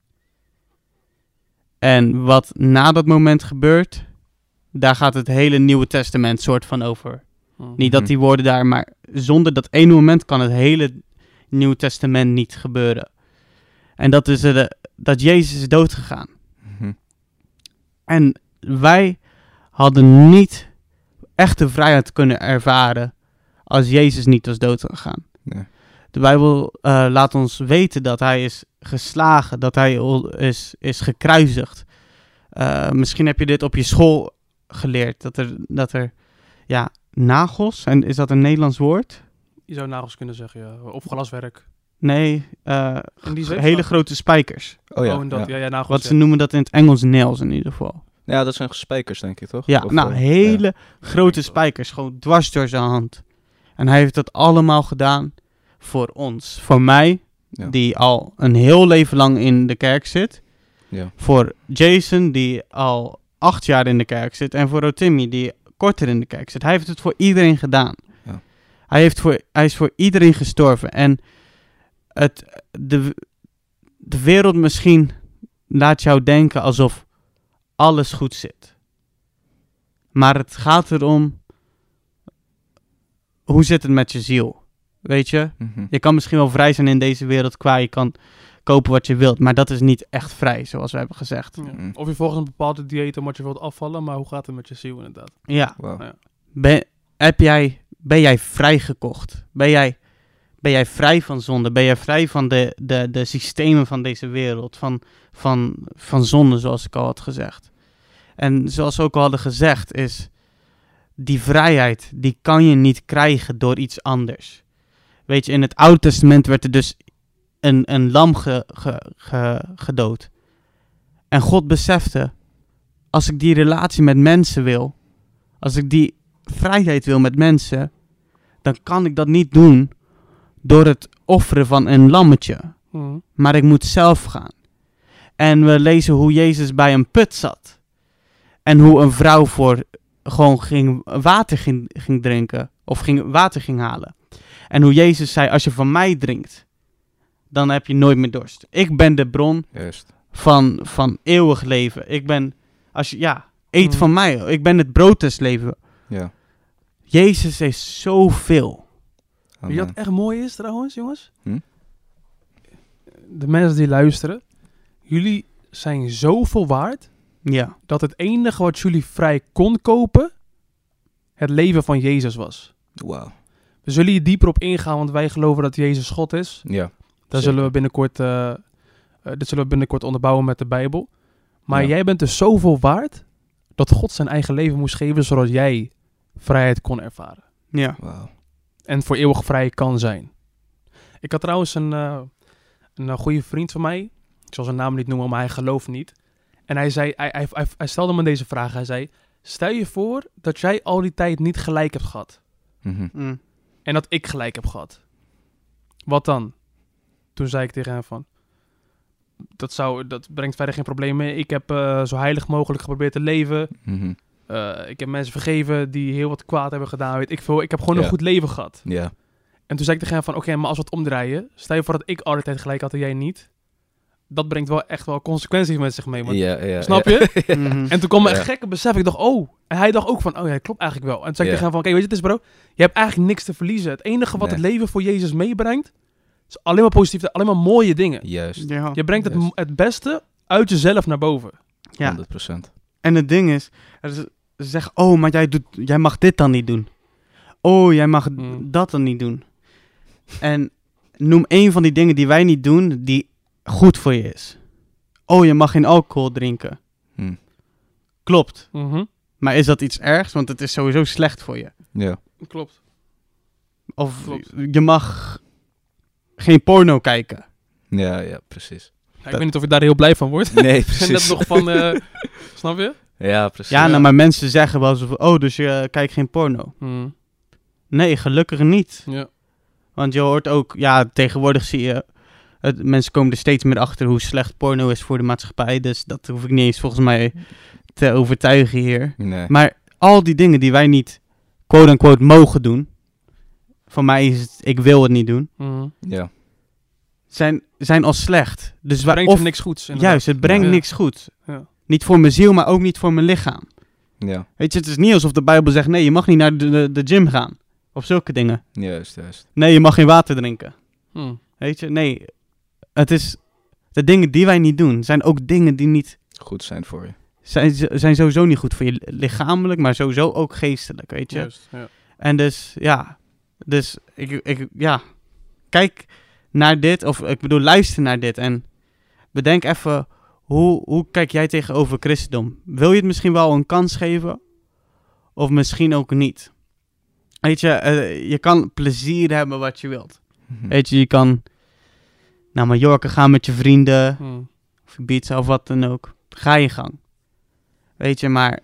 En wat na dat moment gebeurt, daar gaat het hele Nieuwe Testament soort van over. Niet dat die woorden daar, maar zonder dat ene moment kan het hele Nieuwe Testament niet gebeuren. En dat is dat Jezus is doodgegaan. Mhm. En wij hadden niet echte vrijheid kunnen ervaren als Jezus niet was doodgegaan. Nee. De Bijbel laat ons weten dat hij is geslagen, dat hij is gekruisigd. Misschien heb je dit op je school geleerd, dat er nagels, en is dat een Nederlands woord? Je zou nagels kunnen zeggen, ja. Of glaswerk. Nee, In die zin? hele grote spijkers. Oh ja. en dat, Ja. ja, nagels. Wat ze noemen dat in het Engels nails in ieder geval. Ja, dat zijn spijkers, denk ik, toch? Ja, Of, hele grote Ja. spijkers, gewoon dwars door zijn hand. En hij heeft dat allemaal gedaan voor ons. Voor mij, Ja. die al een heel leven lang in de kerk zit. Ja. Voor Jason, die al 8 jaar in de kerk zit. En voor Rotimi, die korter in de kerk zit. Hij heeft het voor iedereen gedaan. Ja. Hij is voor iedereen gestorven. En de wereld misschien laat jou denken alsof alles goed zit. Maar het gaat erom, hoe zit het met je ziel? Weet je? Mhm. Je kan misschien wel vrij zijn in deze wereld qua je kan kopen wat je wilt. Maar dat is niet echt vrij, zoals we hebben gezegd. Ja. Mhm. Of je volgt een bepaalde dieet omdat je wilt afvallen, maar hoe gaat het met je ziel inderdaad? Ja. Wauw. Ja. Ben jij vrijgekocht? Ben jij vrij van zonde? Ben jij vrij van de systemen van deze wereld? Van zonde, zoals ik al had gezegd. En zoals we ook al hadden gezegd, is die vrijheid, die kan je niet krijgen door iets anders. Weet je, in het Oude Testament werd er dus een lam gedood. En God besefte, als ik die relatie met mensen wil, als ik die vrijheid wil met mensen, dan kan ik dat niet doen door het offeren van een lammetje. Mhm. Maar ik moet zelf gaan. En we lezen hoe Jezus bij een put zat. En hoe een vrouw gewoon water ging drinken. Of water ging halen. En hoe Jezus zei, als je van mij drinkt, dan heb je nooit meer dorst. Ik ben de bron Juist. van eeuwig leven. Eet Mhm. van mij. Ik ben het brood des leven. Ja. Jezus is zoveel. Weet je wat echt mooi is trouwens, jongens? Hm? De mensen die luisteren, jullie zijn zoveel waard Ja. dat het enige wat jullie vrij kon kopen, het leven van Jezus was. Wauw. We zullen hier dieper op ingaan, want wij geloven dat Jezus God is. Ja. Daar Zeker. zullen we binnenkort, dit zullen we binnenkort onderbouwen met de Bijbel. Maar Ja. jij bent dus zoveel waard dat God zijn eigen leven moest geven, zodat jij vrijheid kon ervaren. Ja. Wauw. En voor eeuwig vrij kan zijn. Ik had trouwens een goede vriend van mij. Ik zal zijn naam niet noemen, maar hij gelooft niet. En hij zei, hij stelde me deze vraag. Hij zei, stel je voor dat jij al die tijd niet gelijk hebt gehad. Mhm. Mm. En dat ik gelijk heb gehad. Wat dan? Toen zei ik tegen hem van, dat brengt verder geen probleem mee. Ik heb zo heilig mogelijk geprobeerd te leven. Mhm. Ik heb mensen vergeven die heel wat kwaad hebben gedaan. Weet ik veel. Ik heb gewoon een goed leven gehad. Ja. En toen zei ik tegen hem van, oké, maar als we het omdraaien, stel je voor dat ik altijd gelijk had en jij niet. Dat brengt wel echt wel consequenties met zich mee. Want, snap je? Mhm. En toen kwam me een gekke besef. Ik dacht, en hij dacht ook van, ja, klopt eigenlijk wel. En toen zei ik tegen hem van, oké, weet je, het is bro, je hebt eigenlijk niks te verliezen. Het enige wat het leven voor Jezus meebrengt, is alleen maar positief, alleen maar mooie dingen. Juist. Ja. Je brengt het beste uit jezelf naar boven. Ja. 100%. En het ding is, ze zeggen, maar jij mag dit dan niet doen. Oh, jij mag dat dan niet doen. En noem één van die dingen die wij niet doen, die goed voor je is. Oh, je mag geen alcohol drinken. Klopt. Maar is dat iets ergs? Want het is sowieso slecht voor je. Ja. Klopt. Of je mag geen porno kijken. Ja, precies. Ja, ik weet niet of ik daar heel blij van word. Nee, En precies. dat nog van, snap je? Ja, precies. Ja, nou, maar mensen zeggen wel zo van, dus je kijkt geen porno. Nee, gelukkig niet. Ja. Want je hoort ook, tegenwoordig zie je, mensen komen er steeds meer achter hoe slecht porno is voor de maatschappij. Dus dat hoef ik niet eens volgens mij te overtuigen hier. Nee. Maar al die dingen die wij niet, quote-unquote, mogen doen. Voor mij is het, ik wil het niet doen. Ja. Zijn al slecht. Dus Het brengt niks goeds. Inderdaad. Juist, het brengt niks goed. Ja. Niet voor mijn ziel, maar ook niet voor mijn lichaam. Ja. Weet je, het is niet alsof de Bijbel zegt, nee, je mag niet naar de gym gaan. Of zulke dingen. Juist. Nee, je mag geen water drinken. Weet je, nee. Het is, de dingen die wij niet doen, zijn ook dingen die niet... Goed zijn voor je. Zijn sowieso niet goed voor je lichamelijk, maar sowieso ook geestelijk, weet je. Juist, ja. En dus, kijk naar dit, of ik bedoel, luister naar dit en bedenk even, hoe kijk jij tegenover christendom? Wil je het misschien wel een kans geven? Of misschien ook niet? Weet je, je kan plezier hebben wat je wilt. Weet je kan naar Mallorca gaan met je vrienden, of Ibiza of wat dan ook. Ga je gang. Weet je, maar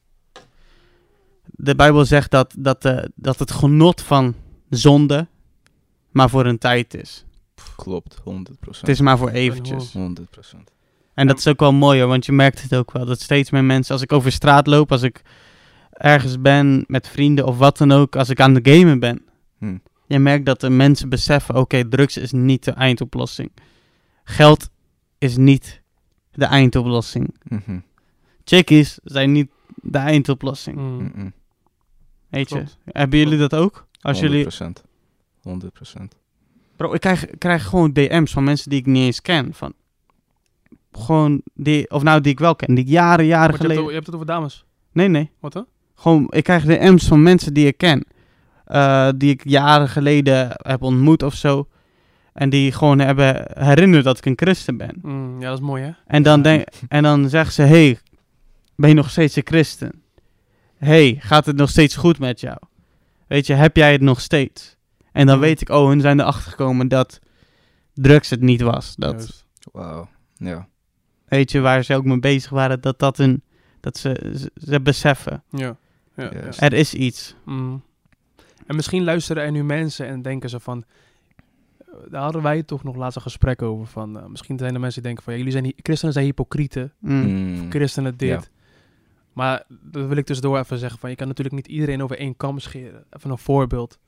de Bijbel zegt dat het genot van zonde maar voor een tijd is. Klopt, 100%. Het is maar voor eventjes. 100%. En dat is ook wel mooi hoor, want je merkt het ook wel. Dat steeds meer mensen, als ik over straat loop, als ik ergens ben met vrienden of wat dan ook, als ik aan de gamen ben. Je merkt dat de mensen beseffen, oké, drugs is niet de eindoplossing. Geld is niet de eindoplossing. Chickies zijn niet de eindoplossing. Weet je, Klopt. hebben jullie dat ook? Als 100%. jullie... 100%. Bro, ik krijg gewoon DM's van mensen die ik niet eens ken. Van, gewoon die ik wel ken, die ik jaren geleden... Je hebt het over dames. Nee. Wat dan? Gewoon, ik krijg DM's van mensen die ik ken. Die ik jaren geleden heb ontmoet of zo. En die gewoon hebben herinnerd dat ik een christen ben. Ja, dat is mooi, hè? En dan zeggen ze, hey, ben je nog steeds een christen? Hey, gaat het nog steeds goed met jou? Weet je, heb jij het nog steeds? En dan weet ik, hun zijn erachter gekomen dat drugs het niet was. Dat, Wauw, ja. weet je, waar ze ook mee bezig waren, dat ze beseffen. Ja. Er is iets. En misschien luisteren er nu mensen en denken ze van... Daar hadden wij toch nog laatst een gesprek over. Van, misschien zijn er mensen die denken van... jullie zijn christenen zijn hypocrieten. Christenen dit. Ja. Maar dat wil ik tussendoor even zeggen. Van, je kan natuurlijk niet iedereen over één kam scheren. Even een voorbeeld.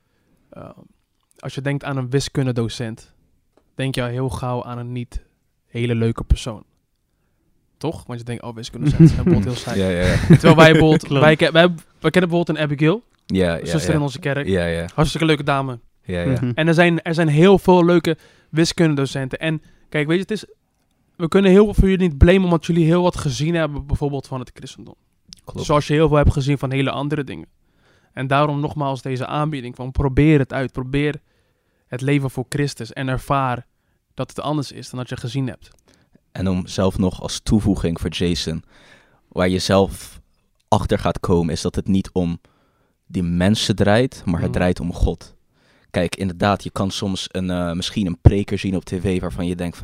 Als je denkt aan een wiskundedocent... denk je al heel gauw aan een niet hele leuke persoon. Toch? Want je denkt, wiskundedocenten zijn bijvoorbeeld heel saai. Ja. Terwijl wij bijvoorbeeld... wij kennen bijvoorbeeld een Abigail. Zuster in onze kerk. Ja. Hartstikke leuke dame. Ja. En er zijn heel veel leuke wiskundedocenten. En kijk, weet je, we kunnen heel veel voor jullie niet blamen... omdat jullie heel wat gezien hebben bijvoorbeeld van het christendom. Klopt. Zoals je heel veel hebt gezien van hele andere dingen. En daarom nogmaals deze aanbieding van probeer het uit. Probeer het leven voor Christus en ervaar dat het anders is dan dat je gezien hebt. En om zelf nog als toevoeging voor Jason... waar je zelf achter gaat komen... is dat het niet om die mensen draait... maar het draait om God. Kijk, inderdaad, je kan soms misschien een preker zien op tv... waarvan je denkt van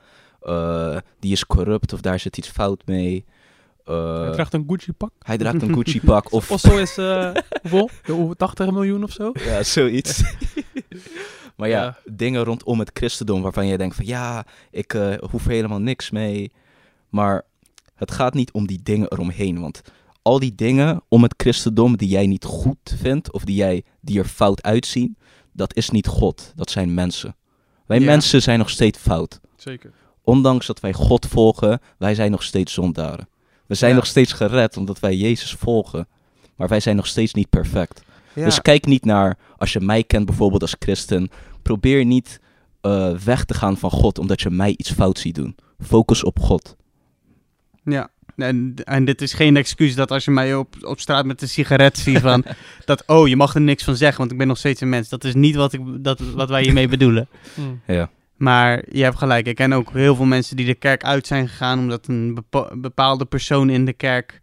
die is corrupt of daar zit iets fout mee. Hij draagt een Gucci-pak. Hij draagt een Gucci-pak. Of zo is hoeveel? 80 miljoen of zo? Ja, zoiets. Maar ja, dingen rondom het christendom waarvan je denkt van ja, ik hoef er helemaal niks mee. Maar het gaat niet om die dingen eromheen. Want al die dingen om het christendom die jij niet goed vindt of die er fout uitzien, dat is niet God. Dat zijn mensen. Wij mensen zijn nog steeds fout. Zeker. Ondanks dat wij God volgen, wij zijn nog steeds zondaren. We zijn nog steeds gered omdat wij Jezus volgen. Maar wij zijn nog steeds niet perfect. Ja. Dus kijk niet naar, als je mij kent bijvoorbeeld als christen, probeer niet weg te gaan van God omdat je mij iets fout ziet doen. Focus op God. Ja. En dit is geen excuus dat als je mij op straat met een sigaret ziet van... je mag er niks van zeggen, want ik ben nog steeds een mens. Dat is niet wat wij hiermee bedoelen. Ja. Maar je hebt gelijk. Ik ken ook heel veel mensen die de kerk uit zijn gegaan omdat een bepaalde persoon in de kerk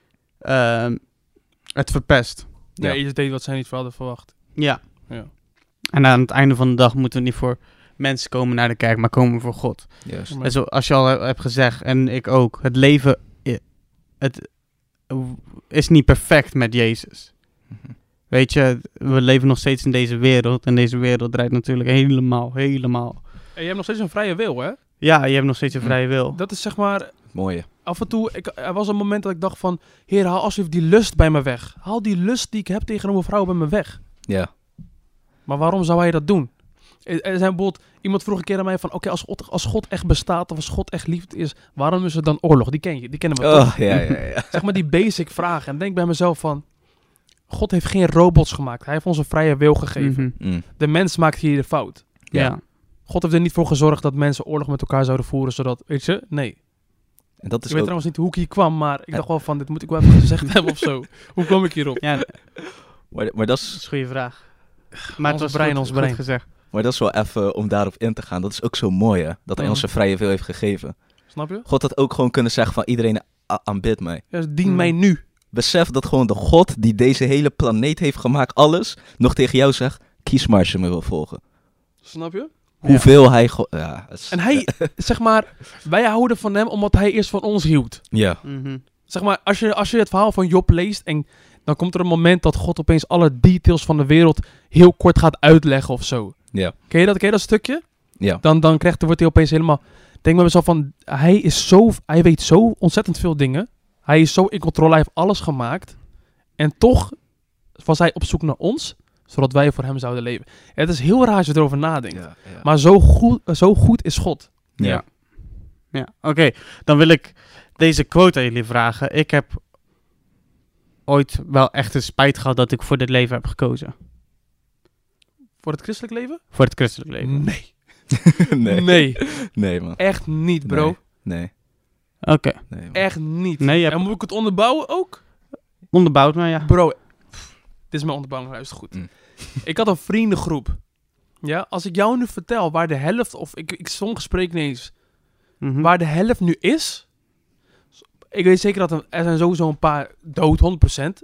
het verpest. Ja, je deed wat zij niet hadden verwacht. Ja. Ja. En aan het einde van de dag moeten we niet voor mensen komen naar de kerk, maar komen voor God. Juist. En zoals je al hebt gezegd, en ik ook, het leven het is niet perfect met Jezus. Mhm. Weet je, we leven nog steeds in deze wereld. En deze wereld draait natuurlijk helemaal. En je hebt nog steeds een vrije wil, hè? Ja, je hebt nog steeds een vrije wil. Dat is zeg maar... Mooie. Af en toe, er was een moment dat ik dacht van... Heer, haal alsjeblieft die lust bij me weg. Haal die lust die ik heb tegenover vrouwen bij me weg. Ja. Maar waarom zou hij dat doen? Er zijn bijvoorbeeld... Iemand vroeg een keer aan mij van... Oké, als God echt bestaat of als God echt liefde is... Waarom is er dan oorlog? Die kennen we toch? Ja. Zeg maar die basic vragen. En denk bij mezelf van... God heeft geen robots gemaakt. Hij heeft ons een vrije wil gegeven. Mhm. Mm. De mens maakt hier de fout. Ja. God heeft er niet voor gezorgd dat mensen oorlog met elkaar zouden voeren, zodat, weet je, nee. En dat Ik is weet ook... trouwens niet hoe ik hier kwam, maar ik dacht wel van, dit moet ik wel even gezegd hebben of zo. Hoe kwam ik hierop? Ja, dat Maar dat is... is een goede vraag. Maar het was ons goed brein. gezegd. Maar dat is wel even om daarop in te gaan. Dat is ook zo mooi, hè? Dat hij Mhm. ons een vrije wil heeft gegeven. Snap je? God had ook gewoon kunnen zeggen van iedereen aanbid mij. Ja, dus dien mij nu. Besef dat gewoon de God die deze hele planeet heeft gemaakt, alles, nog tegen jou zegt, kies maar als je me wil volgen. Snap je? Hoeveel hij... En hij, zeg maar, wij houden van hem omdat hij eerst van ons hield. Ja. Mhm. Zeg maar, als je het verhaal van Job leest en dan komt er een moment dat God opeens alle details van de wereld heel kort gaat uitleggen of zo. Ja. Ken je dat stukje? Ja. Dan wordt hij opeens helemaal... Denk bij mezelf van, hij weet zo ontzettend veel dingen. Hij is zo in controle, hij heeft alles gemaakt. En toch was hij op zoek naar ons, zodat wij voor hem zouden leven. Het is heel raar als je erover nadenkt. Ja. Maar zo goed is God. Ja. Ja, oké. Dan wil ik deze quote aan jullie vragen. Ik heb ooit wel echt een spijt gehad dat ik voor dit leven heb gekozen. Voor het christelijk leven? Voor het christelijk leven. Nee. Nee. Nee. Nee, man. Echt niet, bro. Nee. Oké. Nee, man. Echt niet. Nee, je hebt En moet ik het onderbouwen ook? onderbouwd, maar ja. Bro, dit is mijn onderbouwing, luister goed. Mm. Ik had een vriendengroep. Ja, als ik jou nu vertel waar de helft, of ik soms spreek niet eens, Mhm. waar de helft nu is. Ik weet zeker dat er zijn sowieso een paar dood, 100%.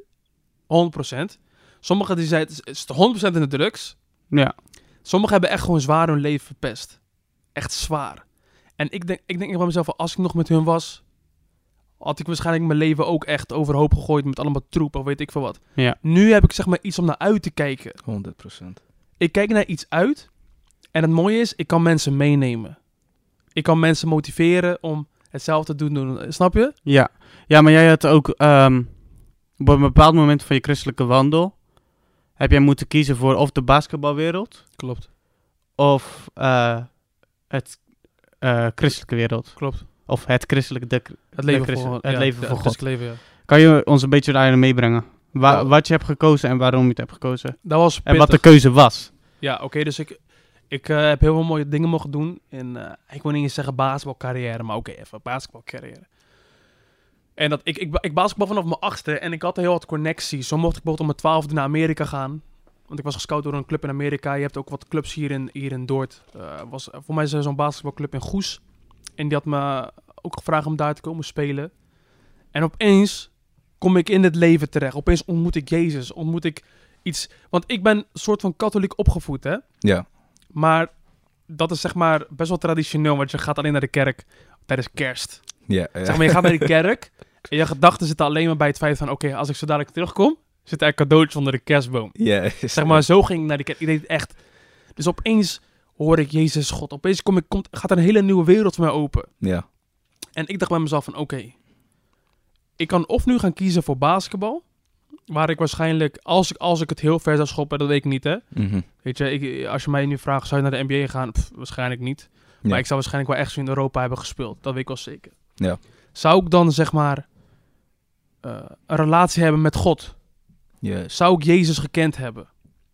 100%. Sommigen die zijn, het is 100% in de drugs. Ja. Sommigen hebben echt gewoon zwaar hun leven verpest. Echt zwaar. En ik denk bij mezelf, als ik nog met hun was, had ik waarschijnlijk mijn leven ook echt overhoop gegooid met allemaal troep of weet ik veel wat. Ja. Nu heb ik zeg maar iets om naar uit te kijken. 100%. Ik kijk naar iets uit en het mooie is, ik kan mensen meenemen. Ik kan mensen motiveren om hetzelfde te doen. Snap je? Ja. Ja, maar jij had ook op een bepaald moment van je christelijke wandel heb jij moeten kiezen voor of de basketbalwereld Klopt. of het christelijke wereld. Klopt. Of het christelijke... Het leven Christen- voor het leven voor God. christelijk leven, ja. Kan je ons een beetje daarin meegebrengen? Ja. Wat je hebt gekozen en waarom je het hebt gekozen? Dat was En wat de pittig. keuze was. Ja, oké, dus ik heb heel veel mooie dingen mogen doen. En ik wil niet eens zeggen basketbalcarrière, maar oké, even basketbalcarrière. En dat ik basketbal vanaf mijn 8e en ik had heel wat connecties. Zo mocht ik bijvoorbeeld om mijn 12e naar Amerika gaan. Want ik was gescout door een club in Amerika. Je hebt ook wat clubs hier in Dordt. Voor mij is er zo'n basketbalclub in Goes. En die had me ook gevraagd om daar te komen spelen. En opeens kom ik in het leven terecht. Opeens ontmoet ik Jezus. Ontmoet ik iets... Want ik ben een soort van katholiek opgevoed, hè. Ja. Maar dat is zeg maar best wel traditioneel. Want je gaat alleen naar de kerk tijdens kerst. Ja. Zeg maar, je gaat naar de kerk. En je gedachten zitten alleen maar bij het feit van... Oké, als ik zo dadelijk terugkom, zit er cadeautjes onder de kerstboom. Ja. Zeg maar, zo ging ik naar de kerk. Ik deed het echt... Dus opeens hoor ik Jezus God. Opeens gaat er een hele nieuwe wereld voor mij open. Ja. En ik dacht bij mezelf van oké, ik kan of nu gaan kiezen voor basketbal, waar ik waarschijnlijk, als ik het heel ver zou schoppen, dat weet ik niet hè. Mhm. Weet je, als je mij nu vraagt, zou je naar de NBA gaan? Waarschijnlijk niet. Ja. Maar ik zou waarschijnlijk wel echt zo in Europa hebben gespeeld. Dat weet ik wel zeker. Ja. Zou ik dan zeg maar een relatie hebben met God? Yes. Zou ik Jezus gekend hebben?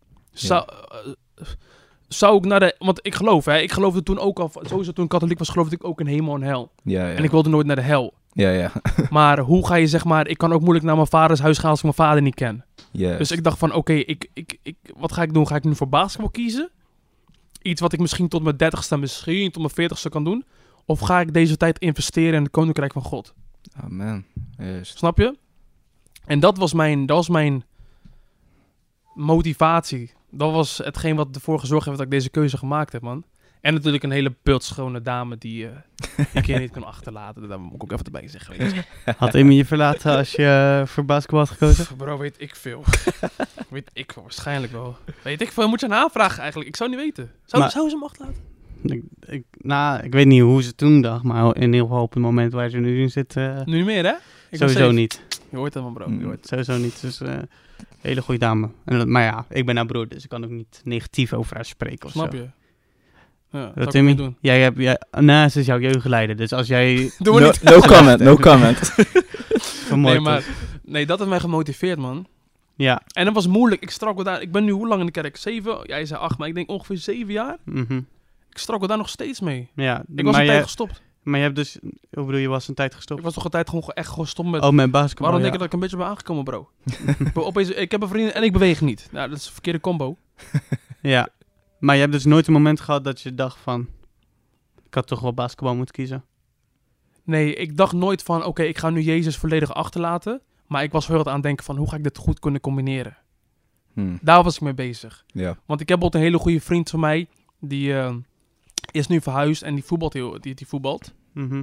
Zou ik naar de... Want ik geloof, hè. Ik geloofde toen ook al... Sowieso toen ik katholiek was, geloofde ik ook in hemel en hel. Ja, ja. En ik wilde nooit naar de hel. Ja, ja. Maar hoe ga je zeg maar... Ik kan ook moeilijk naar mijn vaders huis gaan als ik mijn vader niet ken. Yes. Dus ik dacht van oké, wat ga ik doen? Ga ik nu voor basketbal kiezen? Iets wat ik misschien tot mijn 30ste, misschien tot mijn 40ste kan doen? Of ga ik deze tijd investeren in het koninkrijk van God? Amen. Yes. Snap je? En dat was mijn motivatie. Dat was hetgeen wat ervoor gezorgd heeft dat ik deze keuze gemaakt heb, man. En natuurlijk een hele beeldschone dame die ik hier niet kan achterlaten. Daar moet ik ook even erbij zeggen. Weet je. Had Emmy je verlaten als je voor basketbal had gekozen? Pff, bro, weet ik veel. Weet ik veel, waarschijnlijk wel. Weet ik veel, moet je aan aanvragen eigenlijk. Ik zou niet weten. Zou ze hem achterlaten? Ik weet niet hoe ze toen dacht, maar in ieder geval op het moment waar ze nu in zit, Nu niet meer, hè? Ik ben sowieso safe. niet. Je hoort het, man, bro. Je hoort het. Sowieso niet. Dus hele goede dame. Maar ja, ik ben haar broer, dus ik kan ook niet negatief over haar spreken of Snap zo. je? Ja, dat Dat zou ik niet Timmy? doen. Ze is jouw jeugdleider, dus als jij... Doe maar niet. No comment, no comment. vermoord Nee, dat heeft mij gemotiveerd, man. Ja. En dat was moeilijk. Ik struggle daar. Ik ben nu hoe lang in de kerk? 7? Jij zei 8, maar ik denk ongeveer 7 jaar. Mhm. Ik struggle daar nog steeds mee. Ja. Ik was een tijd gestopt. Maar je hebt dus... Hoe bedoel je, was een tijd Ik gestopt? was toch een tijd gewoon echt gestopt met... Oh, met basketbal, Waarom denk ja. je dat ik een beetje ben aangekomen, bro? Opeens, ik heb een vriendin en ik beweeg niet. Nou, dat is een verkeerde combo. Ja. Maar je hebt dus nooit een moment gehad dat je dacht van... Ik had toch wel basketbal moeten kiezen? Nee, ik dacht nooit van... Oké, ik ga nu Jezus volledig achterlaten. Maar ik was heel erg aan het denken van... Hoe ga ik dit goed kunnen combineren? Daar was ik mee bezig. Ja. Want ik heb bijvoorbeeld een hele goede vriend van mij... Die is nu verhuisd en die voetbalt die voetbalt. Mhm.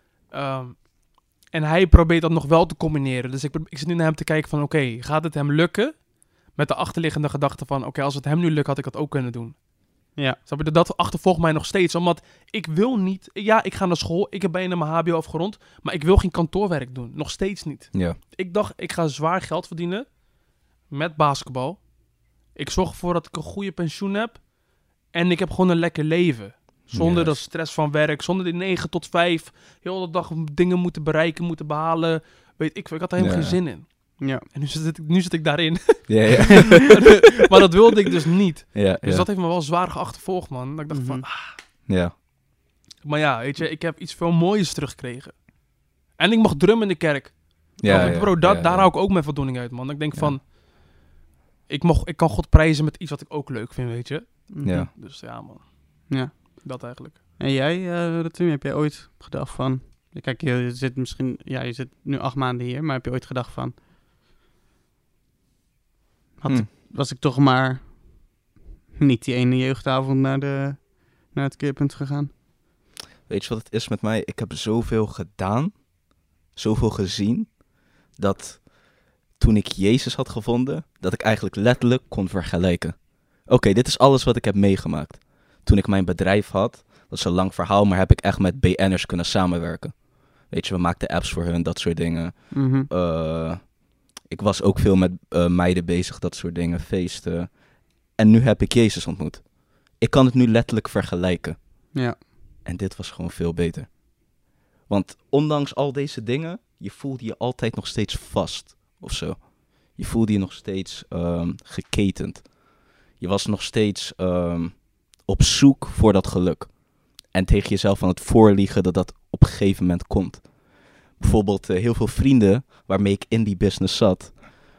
En hij probeert dat nog wel te combineren. Dus ik zit nu naar hem te kijken van... Oké, gaat het hem lukken? Met de achterliggende gedachte van... Oké, als het hem nu lukt, had ik dat ook kunnen doen. Ja. Snap je? Dat achtervolgt mij nog steeds. Omdat ik wil niet... Ja, ik ga naar school. Ik heb bijna mijn hbo afgerond. Maar ik wil geen kantoorwerk doen. Nog steeds niet. Ja. Ik dacht, ik ga zwaar geld verdienen. Met basketbal. Ik zorg ervoor dat ik een goede pensioen heb. En ik heb gewoon een lekker leven. Zonder de stress van werk. Zonder die 9 tot 5. Heel de dag dingen moeten bereiken, moeten behalen. Weet ik had er helemaal geen zin in. Ja. En nu zit ik daarin. Ja, ja. Maar dat wilde ik dus niet. Ja, Dus dat heeft me wel zwaar geachtervolgd, man. Dat ik dacht van... Ja. Maar ja, weet je, ik heb iets veel moois teruggekregen. En ik mag drummen in de kerk. Ja, Bro, daar hou ik ook mijn voldoening uit, man. Ik denk van... Ik kan God prijzen met iets wat ik ook leuk vind, weet je. Ja. Dus ja, man. Ja. Dat eigenlijk. En jij, Ratoon, heb jij ooit gedacht van... Kijk, je zit misschien... Ja, je zit nu 8 maanden hier, maar heb je ooit gedacht van... Was ik toch maar niet die ene jeugdavond naar het keerpunt gegaan? Weet je wat het is met mij? Ik heb zoveel gedaan, zoveel gezien, dat toen ik Jezus had gevonden, dat ik eigenlijk letterlijk kon vergelijken. Oké, dit is alles wat ik heb meegemaakt. Toen ik mijn bedrijf had, dat is een lang verhaal, maar heb ik echt met BN'ers kunnen samenwerken. Weet je, we maakten apps voor hun, dat soort dingen. Ik was ook veel met meiden bezig, dat soort dingen, feesten. En nu heb ik Jezus ontmoet. Ik kan het nu letterlijk vergelijken. Ja. En dit was gewoon veel beter. Want ondanks al deze dingen, je voelde je altijd nog steeds vast of zo. Je voelde je nog steeds geketend. Je was nog steeds op zoek voor dat geluk. En tegen jezelf aan het voorliegen dat dat op een gegeven moment komt. Bijvoorbeeld heel veel vrienden waarmee ik in die business zat,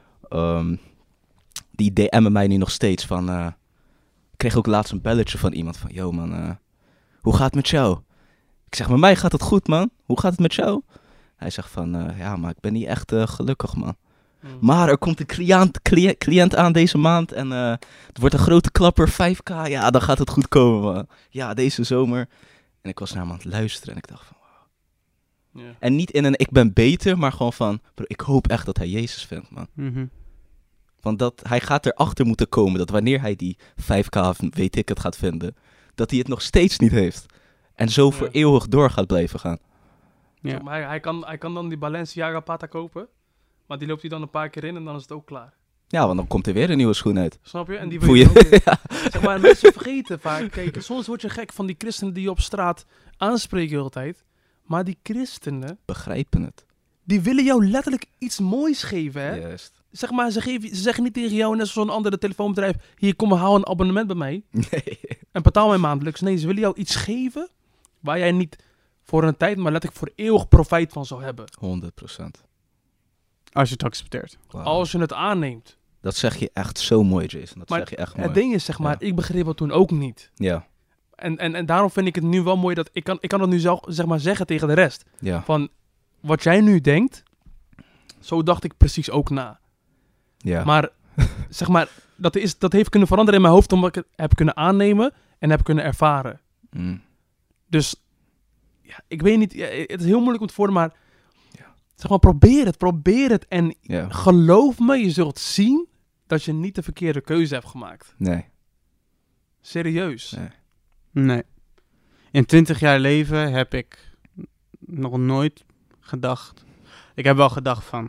die DM'en mij nu nog steeds van... ik kreeg ook laatst een belletje van iemand van... Yo man, hoe gaat het met jou? Ik zeg, met mij gaat het goed man. Hoe gaat het met jou? Hij zegt van, ja maar ik ben niet echt gelukkig man. Maar er komt een cliënt aan deze maand en het wordt een grote klapper, 5K. Ja, dan gaat het goed komen man. Ja, deze zomer. En ik was naar hem aan het luisteren en ik dacht van... Yeah. En niet in een ik ben beter, maar gewoon van... Bro, ik hoop echt dat hij Jezus vindt, man. Want hij gaat erachter moeten komen dat wanneer hij die 5K of weet ik het gaat vinden, dat hij het nog steeds niet heeft. En zo voor eeuwig door gaat blijven gaan. Ja. Maar hij kan dan die Balenciaga Pata kopen. Maar die loopt hij dan een paar keer in en dan is het ook klaar. Ja, want dan komt er weer een nieuwe schoen uit. Snap je? En die Voel wil je je? ook weer. Ja. Zeg maar, mensen vergeten vaak. Kijk, soms word je gek van die christenen die je op straat aanspreken de hele tijd. Maar die christenen, Begrijpen het. die willen jou letterlijk iets moois geven, hè? Juist. Zeg maar, ze zeggen niet tegen jou, net zoals zo'n andere telefoonbedrijf, hier, kom maar, hou een abonnement bij mij Nee. en betaal mij maandelijks. Nee, ze willen jou iets geven waar jij niet voor een tijd, maar letterlijk voor eeuwig profijt van zou hebben. 100%. Als je het accepteert. Wauw. Als je het aanneemt. Dat zeg je echt zo mooi, Jason. Dat Maar zeg je echt mooi. Het ding is, zeg maar, ik begreep het toen ook niet. Ja, En daarom vind ik het nu wel mooi dat ik kan het nu zelf, zeg maar, zeggen tegen de rest. ja, Van, wat jij nu denkt, zo dacht ik precies ook na. ja. Maar, zeg maar, dat heeft kunnen veranderen in mijn hoofd omdat ik het heb kunnen aannemen en heb kunnen ervaren. Mm. Dus, ja, ik weet niet, ja, het is heel moeilijk om te worden, maar, Ja. zeg maar, probeer het. En Ja, geloof me, je zult zien dat je niet de verkeerde keuze hebt gemaakt. nee. Serieus. Nee. Nee. In 20 jaar leven heb ik nog nooit gedacht. Ik heb wel gedacht van,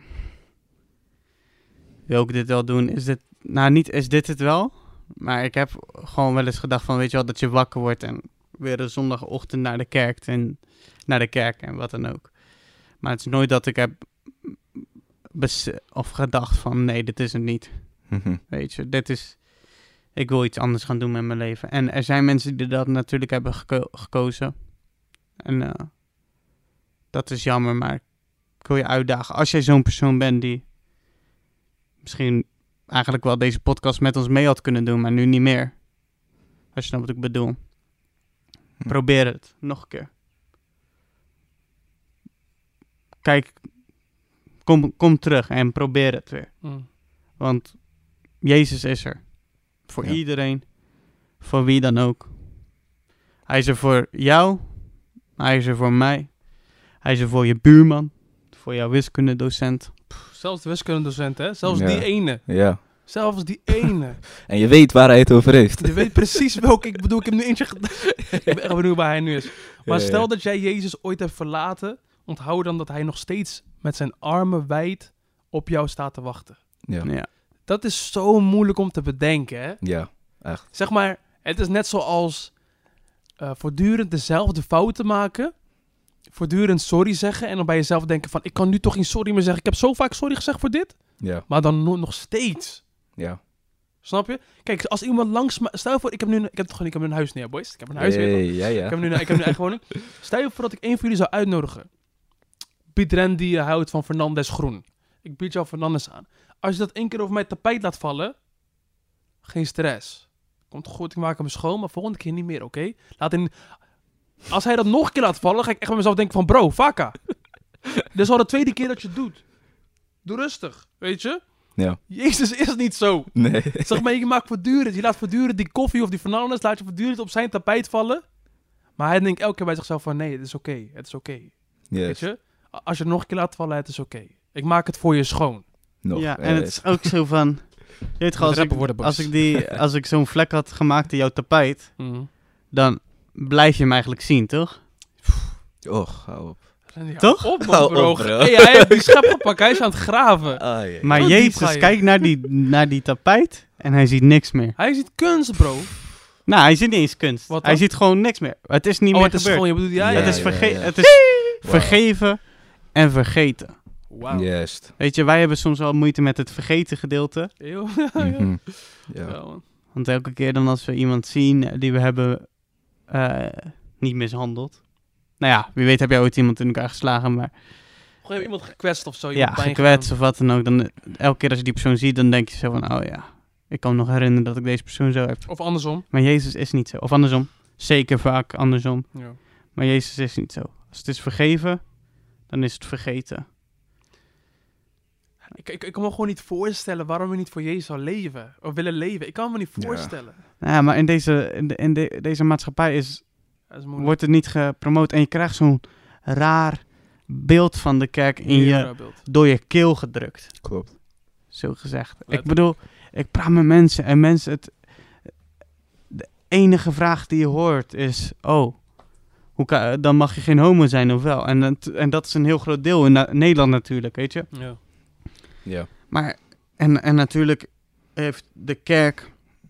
wil ik dit wel doen? Is dit, nou niet is dit het wel, maar ik heb gewoon wel eens gedacht van, weet je wel, dat je wakker wordt en weer een zondagochtend naar de kerk en wat dan ook. Maar het is nooit dat ik heb of gedacht van, nee, dit is het niet. Mhm. Weet je, ik wil iets anders gaan doen met mijn leven. En er zijn mensen die dat natuurlijk hebben gekozen. En dat is jammer, maar ik wil je uitdagen. Als jij zo'n persoon bent die misschien eigenlijk wel deze podcast met ons mee had kunnen doen, maar nu niet meer. Als je snapt wat ik bedoel. Probeer het, nog een keer. Kijk, kom terug en probeer het weer. Mm. Want Jezus is er. Voor Ja. iedereen. Voor wie dan ook. Hij is er voor jou. Hij is er voor mij. Hij is er voor je buurman. Voor jouw wiskundedocent. Zelfs de wiskundedocent, hè? Zelfs Ja. die ene. Ja. Zelfs die ene. En je weet waar hij het over heeft. Je weet precies welke. Ik bedoel, ik heb nu eentje ik ben echt benieuwd waar hij nu is. Maar Ja, stel ja. dat jij Jezus ooit hebt verlaten. Onthoud dan dat hij nog steeds met zijn armen wijd op jou staat te wachten. Ja. Ja. Dat is zo moeilijk om te bedenken, hè? Ja, echt. Zeg maar, het is net zoals voortdurend dezelfde fouten maken. Voortdurend sorry zeggen. En dan bij jezelf denken van, ik kan nu toch geen sorry meer zeggen. Ik heb zo vaak sorry gezegd voor dit. Ja. Maar dan nog steeds. Ja. Snap je? Kijk, als iemand langs me... Stel je voor, ik heb nu een huis neer, boys. Ik heb een huis weer. Hey, ja, ja. Ik heb nu een eigen woning. Stel je voor dat ik één van jullie zou uitnodigen. Piet Ren die houdt van Fernandes groen. Ik bied jou Fernandes aan. Als je dat één keer over mijn tapijt laat vallen, geen stress. Komt goed, ik maak hem schoon, maar volgende keer niet meer, oké? Als hij dat nog een keer laat vallen, ga ik echt bij mezelf denken van, bro, vakka. Dit is al de tweede keer dat je het doet. Doe rustig, weet je? Ja. Jezus is niet zo. Nee. Zeg maar, je laat voortdurend die koffie of die Fernandes, laat je voortdurend op zijn tapijt vallen. Maar hij denkt elke keer bij zichzelf van, nee, het is oké, het is oké. Weet Yes. je? Als je het nog een keer laat vallen, het is oké. Ik maak het voor je schoon. Nog. Ja, en het is ook zo van... Je weet gewoon, rapper worden, boys. als ik zo'n vlek had gemaakt in jouw tapijt, Mhm. dan blijf je hem eigenlijk zien, toch? Och, hou op. Ja, Toch? Op, man, Hou bro. op, bro. Hey, hij heeft die schep gepakt, hij is aan het graven. Ah, ja. Maar Zo diep ga Jezus je. kijkt naar die tapijt en hij ziet niks meer. Hij ziet kunst, bro. Nou, hij ziet niet eens kunst. Wat Hij dan? ziet gewoon niks meer. Het is niet meer Het is gebeurd. gewoon, je bedoelt, ja. Ja, het is, ja, ja. het is vergeven en vergeten. Wauw. Juist. Weet je, wij hebben soms wel moeite met het vergeten gedeelte. Eeuw. Mhm. Ja. Ja, man. Want elke keer dan als we iemand zien die we hebben niet mishandeld. Nou ja, wie weet heb jij ooit iemand in elkaar geslagen, maar Gewoon iemand gekwetst of zo. ja, iemand pijn gekwetst gedaan. of wat dan ook. Dan, elke keer als je die persoon ziet, dan denk je zo van, oh ja, ik kan me nog herinneren dat ik deze persoon zo heb. Of andersom. Maar Jezus is niet zo. Of andersom. Zeker vaak andersom. Ja. Maar Jezus is niet zo. Als het is vergeven, dan is het vergeten. Ik kan me gewoon niet voorstellen waarom we niet voor Jezus zou leven. Of willen leven. Ik kan me niet Ja. voorstellen. Nou ja, maar in deze maatschappij Dat is moeilijk. wordt het niet gepromoot. En je krijgt zo'n raar beeld van de kerk in je, Wereldbeeld. door je keel gedrukt. Klopt. zo gezegd. Ik Letterlijk. bedoel, ik praat met mensen en mensen, de enige vraag die je hoort is, dan mag je geen homo zijn of wel? En dat is een heel groot deel in Nederland natuurlijk, weet je. Ja. Ja. Maar, en natuurlijk heeft de kerk,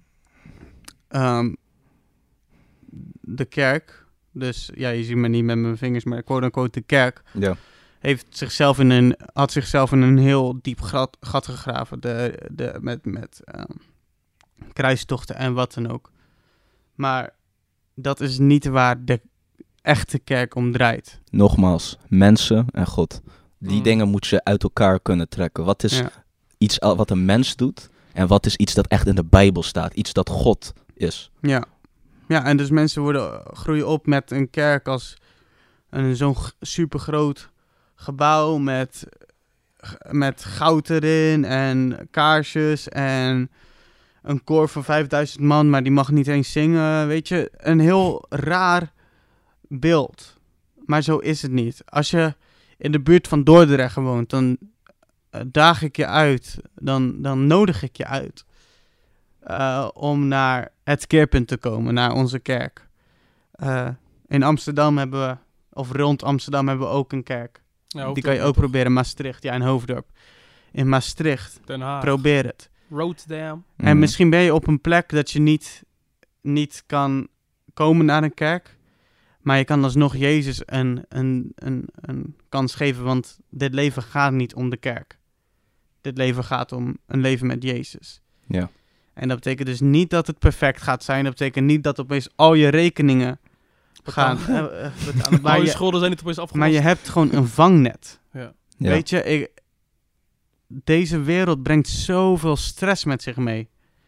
dus ja, je ziet me niet met mijn vingers, maar quote-unquote de kerk, Ja. had zichzelf in een heel diep gat gegraven. Met kruistochten en wat dan ook. Maar dat is niet waar de echte kerk om draait. Nogmaals, mensen en God. Die dingen moet je uit elkaar kunnen trekken. Wat is Ja. iets wat een mens doet en wat is iets dat echt in de Bijbel staat? Iets dat God is. Ja. Ja, en dus mensen groeien op met een kerk als zo'n supergroot gebouw met goud erin en kaarsjes en een koor van 5000 man, maar die mag niet eens zingen, weet je. Een heel raar beeld. Maar zo is het niet. Als je in de buurt van Dordrecht woont, dan daag ik je uit, dan nodig ik je uit om naar het keerpunt te komen, naar onze kerk. In Amsterdam rond Amsterdam hebben we ook een kerk. Ja, Die kan je ook proberen. Maastricht, ja, in Hoofddorp. In Maastricht, Den Haag. probeer het. Rotterdam. En misschien ben je op een plek dat je niet kan komen naar een kerk. Maar je kan alsnog Jezus een kans geven. Want dit leven gaat niet om de kerk. Dit leven gaat om een leven met Jezus. Ja. En dat betekent dus niet dat het perfect gaat zijn. Dat betekent niet dat opeens al je rekeningen gaan betalen. Al je schulden zijn niet opeens afgelost. Maar je hebt gewoon een vangnet. Ja. Ja. Weet je, deze wereld brengt zoveel stress met zich mee.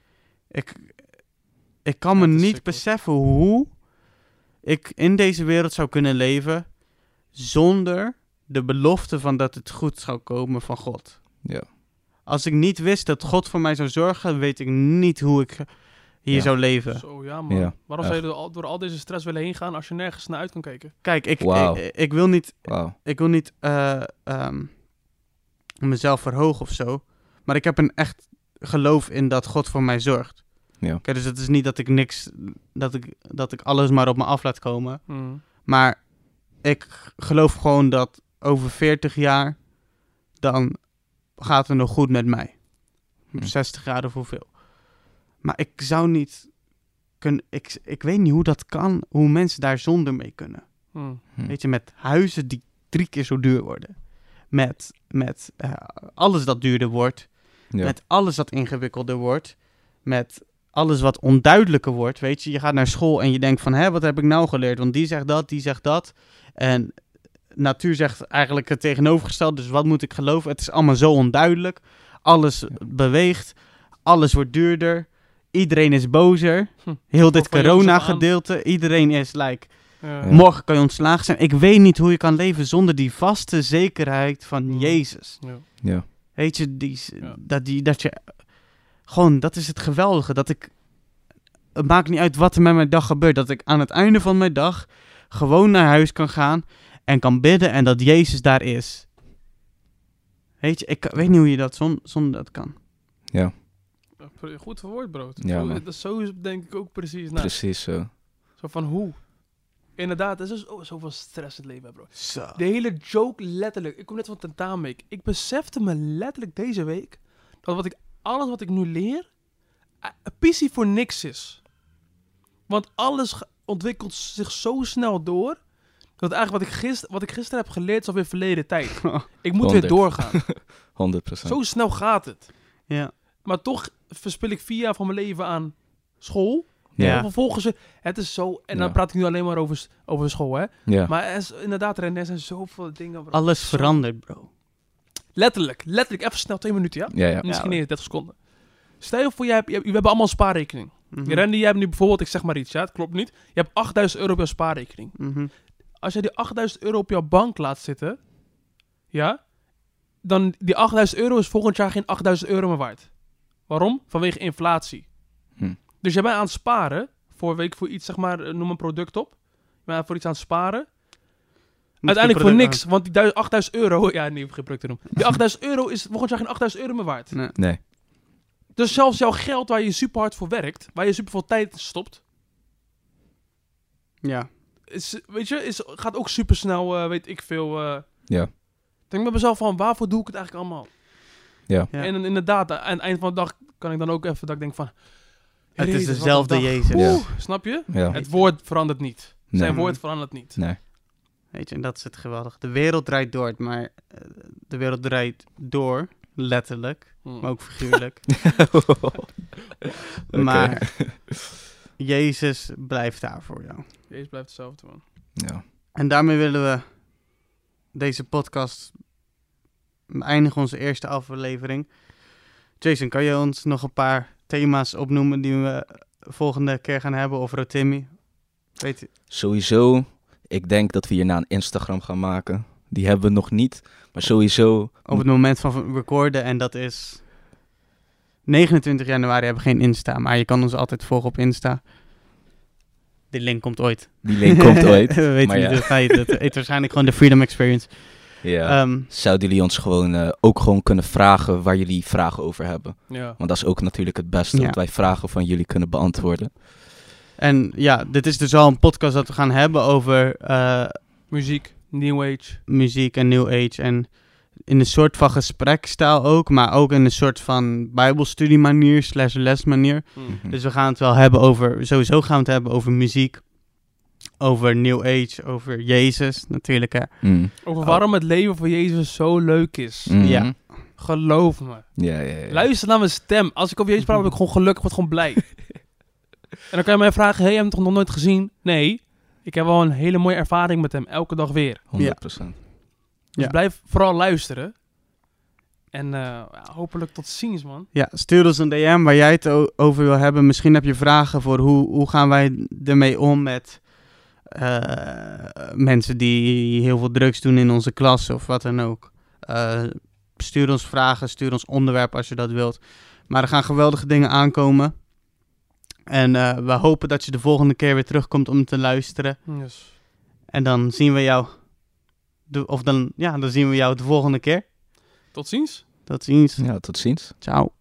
Ik kan me het is niet sick, hoor. beseffen hoe ik in deze wereld zou kunnen leven zonder de belofte van dat het goed zou komen van God. Ja. Als ik niet wist dat God voor mij zou zorgen, weet ik niet hoe ik hier Ja. zou leven. Zo, ja man. Ja, Waarom zou je door al deze stress willen heen gaan als je nergens naar uit kan kijken? Kijk, Wauw. ik wil niet Wauw. Ik wil niet mezelf verhogen of zo. Maar ik heb een echt geloof in dat God voor mij zorgt. Ja. Kijk, dus het is niet dat ik dat ik alles maar op me af laat komen. Hmm. Maar ik geloof gewoon dat over 40 jaar, dan gaat het nog goed met mij. 60 jaar of hoeveel. Maar ik zou niet kunnen. Ik weet niet hoe dat kan, hoe mensen daar zonder mee kunnen. Hmm. Weet je, met huizen die 3 keer zo duur worden. Met alles dat duurder wordt. Ja. Met alles dat ingewikkelder wordt. Met alles wat onduidelijker wordt. Weet je, je gaat naar school en je denkt van, wat heb ik nou geleerd? Want die zegt dat. En natuur zegt eigenlijk het tegenovergestelde. Dus wat moet ik geloven? Het is allemaal zo onduidelijk. Alles beweegt. Alles wordt duurder. Iedereen is bozer. Heel dit Van jongs af aan. corona-gedeelte. Iedereen is like... Ja. Morgen kan je ontslagen zijn. Ik weet niet hoe je kan leven zonder die vaste zekerheid van Jezus. Ja. Ja. Weet je, Ja. dat je... Gewoon, dat is het geweldige. Het maakt niet uit wat er met mijn dag gebeurt. Dat ik aan het einde van mijn dag gewoon naar huis kan gaan en kan bidden en dat Jezus daar is. Weet je, ik weet niet hoe je dat zonder dat kan. Ja. Goed verwoord, brood. Ja, man. Zo denk ik ook precies. Nou, Precies zo. Zo van hoe? Inderdaad, er is dus zoveel stress in het leven, bro. Zo. De hele joke, letterlijk. Ik kom net van tentamenweek. Ik besefte me letterlijk deze week dat alles wat ik nu leer, pissie voor niks is. Want alles ontwikkelt zich zo snel door, dat eigenlijk wat ik gisteren heb geleerd is alweer verleden tijd. Ik moet 100. weer doorgaan. 100%. Zo snel gaat het. Ja. Maar toch verspil ik 4 jaar van mijn leven aan school. Ja. En vervolgens, het is zo... En dan Ja. praat ik nu alleen maar over school, hè. Ja. Maar inderdaad, René, er zijn zoveel dingen... Bro. Alles Zo- verandert, bro. Letterlijk, even snel, 2 minuten, ja? Ja, ja. Misschien Ja, niet 30 seconden. Stel je voor, we hebben allemaal een spaarrekening. Mhm. Randy, jij hebt nu bijvoorbeeld, ik zeg maar iets, ja, het klopt niet. Je hebt 8.000 euro op jouw spaarrekening. Mhm. Als jij die 8.000 euro op jouw bank laat zitten, ja, dan die 8.000 euro is volgend jaar geen 8.000 euro meer waard. Waarom? Vanwege inflatie. Dus jij bent aan het sparen, voor iets, zeg maar, noem een product op. Je bent voor iets aan het sparen. Uiteindelijk voor niks, want die 8.000 euro... Ja, nee, geen product te doen. Die 8.000 euro is volgend jaar geen 8.000 euro meer waard. Nee. Dus zelfs jouw geld waar je super hard voor werkt, waar je super veel tijd stopt, Ja. Gaat ook super snel, weet ik veel. Ja. Ik denk bij mezelf van, waarvoor doe ik het eigenlijk allemaal? Ja. En inderdaad, aan het eind van de dag kan ik dan ook even dat ik denk van... Het is Jezus, wat dezelfde een dag. Jezus. Ja. Snap je? Ja. Het woord verandert niet. Zijn Nee. woord verandert niet. Nee. Weet je, en dat is het geweldig. De wereld draait door, maar de wereld draait door, letterlijk, maar ook figuurlijk. Maar Jezus blijft daar voor jou. Jezus blijft hetzelfde, man. Ja. En daarmee willen we deze podcast eindigen, onze eerste aflevering. Jason, kan je ons nog een paar thema's opnoemen die we volgende keer gaan hebben? Of Rotimi? Weet je? Sowieso, ik denk dat we hierna een Instagram gaan maken. Die hebben we nog niet, maar sowieso... Op het moment van recorden, en dat is 29 januari, hebben we geen Insta, maar je kan ons altijd volgen op Insta. De link komt ooit. Die link komt ooit. We weten maar niet ja. de feiten. Het heet waarschijnlijk gewoon de Freedom Experience. Ja. Zouden jullie ons ook gewoon kunnen vragen waar jullie vragen over hebben? Ja. Want dat is ook natuurlijk het beste, Ja. dat wij vragen van jullie kunnen beantwoorden. En ja, dit is dus al een podcast dat we gaan hebben over Muziek, New Age. muziek en New Age. En in een soort van gesprekstijl ook, maar ook in een soort van bijbelstudiemanier / lesmanier. Mhm. Dus we gaan het wel hebben over, sowieso gaan we het hebben over muziek, over New Age, over Jezus natuurlijk. Hè. Mm. Over waarom het leven voor Jezus zo leuk is. Mhm. Ja. Geloof me. Ja. Luister naar mijn stem. Als ik over Jezus praat, word ik gewoon gelukkig, word gewoon blij. En dan kan je mij vragen, hey, heb je hem toch nog nooit gezien? Nee, ik heb wel een hele mooie ervaring met hem, elke dag weer. 100%. Dus Ja. blijf vooral luisteren. En hopelijk tot ziens, man. Ja, stuur ons een DM waar jij het over wil hebben. Misschien heb je vragen voor hoe gaan wij ermee om met mensen die heel veel drugs doen in onze klas of wat dan ook. Stuur ons vragen, stuur ons onderwerp als je dat wilt. Maar er gaan geweldige dingen aankomen. En we hopen dat je de volgende keer weer terugkomt om te luisteren. Yes. En dan zien we jou. Dan zien we jou de volgende keer. Tot ziens. Tot ziens. Ja, tot ziens. Ciao.